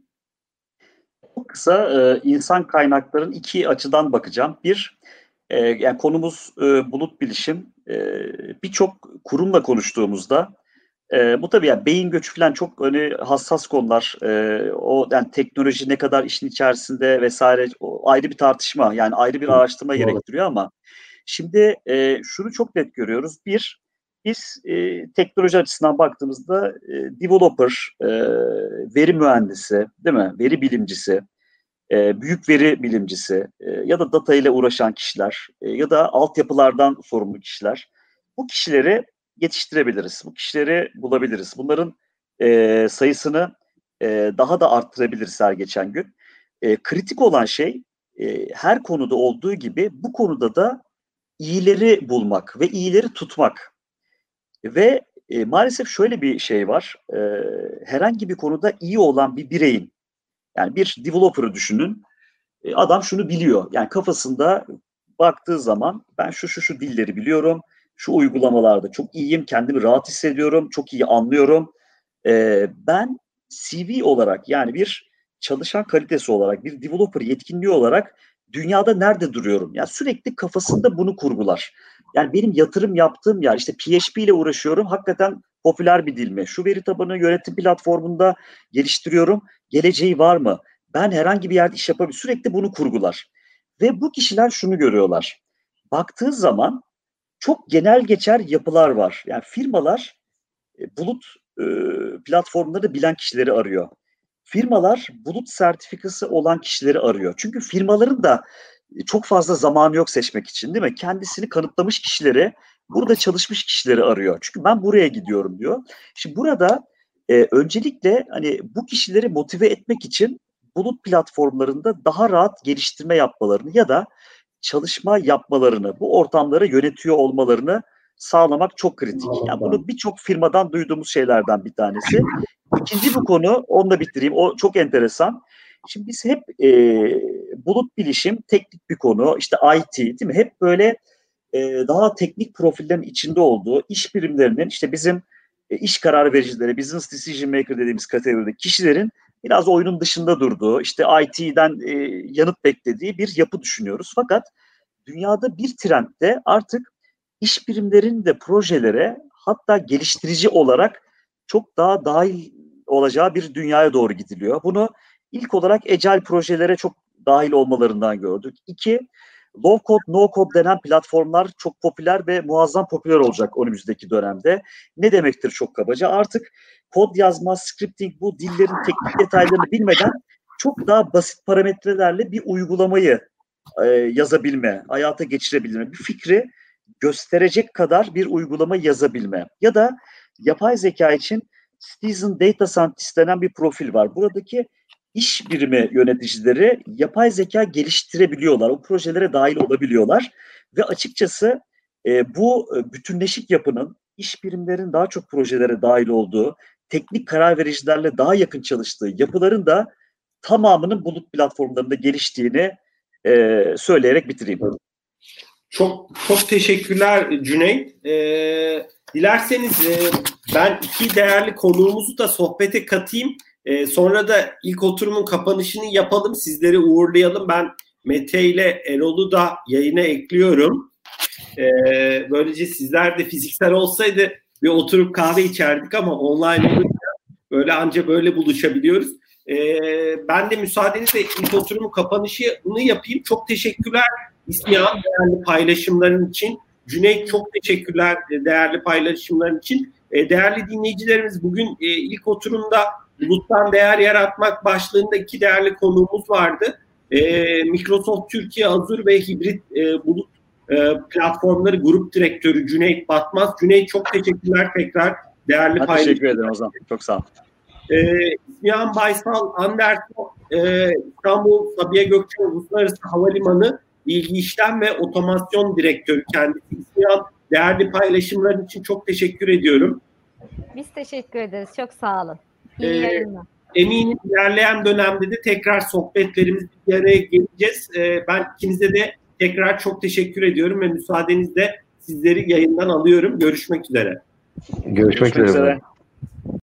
Speaker 2: Çok kısa insan kaynaklarının iki açıdan bakacağım. Bir, yani konumuz bulut bilişim. Birçok kurumla konuştuğumuzda bu tabii yani beyin göçü falan çok hassas konular. O yani teknoloji ne kadar işin içerisinde vesaire o ayrı bir tartışma. Yani ayrı bir araştırma gerektiriyor ama şimdi şunu çok net görüyoruz. Bir, biz teknoloji açısından baktığımızda developer, veri mühendisi, değil mi? Veri bilimcisi, büyük veri bilimcisi ya da data ile uğraşan kişiler ya da altyapılardan sorumlu kişiler. Bu kişileri yetiştirebiliriz. Bu kişileri bulabiliriz. Bunların sayısını daha da arttırabiliriz her geçen gün. Kritik olan şey her konuda olduğu gibi bu konuda da iyileri bulmak ve iyileri tutmak. Ve maalesef şöyle bir şey var. Herhangi bir konuda iyi olan bir bireyin, yani bir developer'ı düşünün. Adam şunu biliyor. Yani kafasında baktığı zaman ben şu dilleri biliyorum. Şu uygulamalarda çok iyiyim. Kendimi rahat hissediyorum. Çok iyi anlıyorum. Ben CV olarak yani bir çalışan kalitesi olarak bir developer yetkinliği olarak dünyada nerede duruyorum? Yani sürekli kafasında bunu kurgular. Yani benim yatırım yaptığım yer işte PHP ile uğraşıyorum. Hakikaten popüler bir dil mi? Şu veri tabanı yönetim platformunda geliştiriyorum. Geleceği var mı? Ben herhangi bir yerde iş yapabilirim. Sürekli bunu kurgular. Ve bu kişiler şunu görüyorlar. Baktığı zaman çok genel geçer yapılar var. Yani firmalar bulut platformları bilen kişileri arıyor. Firmalar bulut sertifikası olan kişileri arıyor. Çünkü firmaların da çok fazla zamanı yok seçmek için, değil mi? Kendisini kanıtlamış kişileri, burada çalışmış kişileri arıyor. Çünkü ben buraya gidiyorum diyor. Şimdi burada öncelikle hani bu kişileri motive etmek için bulut platformlarında daha rahat geliştirme yapmalarını ya da çalışma yapmalarını, bu ortamları yönetiyor olmalarını sağlamak çok kritik. Yani bunu birçok firmadan duyduğumuz şeylerden bir tanesi. İkinci bu konu, onu da bitireyim. O çok enteresan. Şimdi biz hep bulut bilişim teknik bir konu. İşte IT, değil mi? Hep böyle daha teknik profillerin içinde olduğu iş birimlerinin işte bizim iş karar vericileri, business decision maker dediğimiz kategorideki kişilerin biraz oyunun dışında durduğu, işte IT'den yanıt beklediği bir yapı düşünüyoruz. Fakat dünyada bir trendde artık iş birimlerinin de projelere hatta geliştirici olarak çok daha dahil olacağı bir dünyaya doğru gidiliyor. Bunu ilk olarak Agile projelere çok dahil olmalarından gördük. 2, low code, no code denen platformlar çok popüler ve muazzam popüler olacak önümüzdeki dönemde. Ne demektir çok kabaca? Artık kod yazma, scripting, bu dillerin teknik detaylarını bilmeden çok daha basit parametrelerle bir uygulamayı yazabilme, hayata geçirebilme, bir fikri gösterecek kadar bir uygulama yazabilme. Ya da yapay zeka için Citizen Data Scientist denen bir profil var. Buradaki iş birimi yöneticileri yapay zeka geliştirebiliyorlar. O projelere dahil olabiliyorlar. Ve açıkçası bu bütünleşik yapının iş birimlerinin daha çok projelere dahil olduğu, teknik karar vericilerle daha yakın çalıştığı yapıların da tamamının bulut platformlarında geliştiğini söyleyerek bitireyim.
Speaker 1: Çok teşekkürler Cüneyt. Dilerseniz ben iki değerli konuğumuzu da sohbete katayım. Sonra da ilk oturumun kapanışını yapalım. Sizleri uğurlayalım. Ben Mete ile Erol'u da yayına ekliyorum. Böylece sizler de fiziksel olsaydı bir oturup kahve içerdik ama online olunca böyle anca böyle buluşabiliyoruz. Ben de müsaadenizle ilk oturumun kapanışını yapayım. Çok teşekkürler İsmihan değerli paylaşımların için. Cüneyt çok teşekkürler değerli paylaşımların için. Değerli dinleyicilerimiz, bugün ilk oturumda buluttan değer yaratmak başlığında iki değerli konuğumuz vardı. Microsoft Türkiye Azure ve Hibrit Bulut Platformları Grup Direktörü Cüneyt Batmaz. Cüneyt çok teşekkürler tekrar değerli paylaşımlar.
Speaker 2: Teşekkür ederim o zaman. Çok sağ olun.
Speaker 1: İsmihan Baysal Anderson, İstanbul Sabiha Gökçen Uluslararası Havalimanı Bilgi İşlem ve Otomasyon Direktörü kendisi. İsmihan, değerli paylaşımların için çok teşekkür ediyorum.
Speaker 3: Biz teşekkür ederiz. Çok sağ olun. İyi yayınlar.
Speaker 1: Eminim ilerleyen dönemde de tekrar sohbetlerimiz bir araya geleceğiz. Ben ikinize de Tekrar çok teşekkür ediyorum ve müsaadenizle sizleri yayından alıyorum. Görüşmek üzere.
Speaker 4: Görüşmek üzere.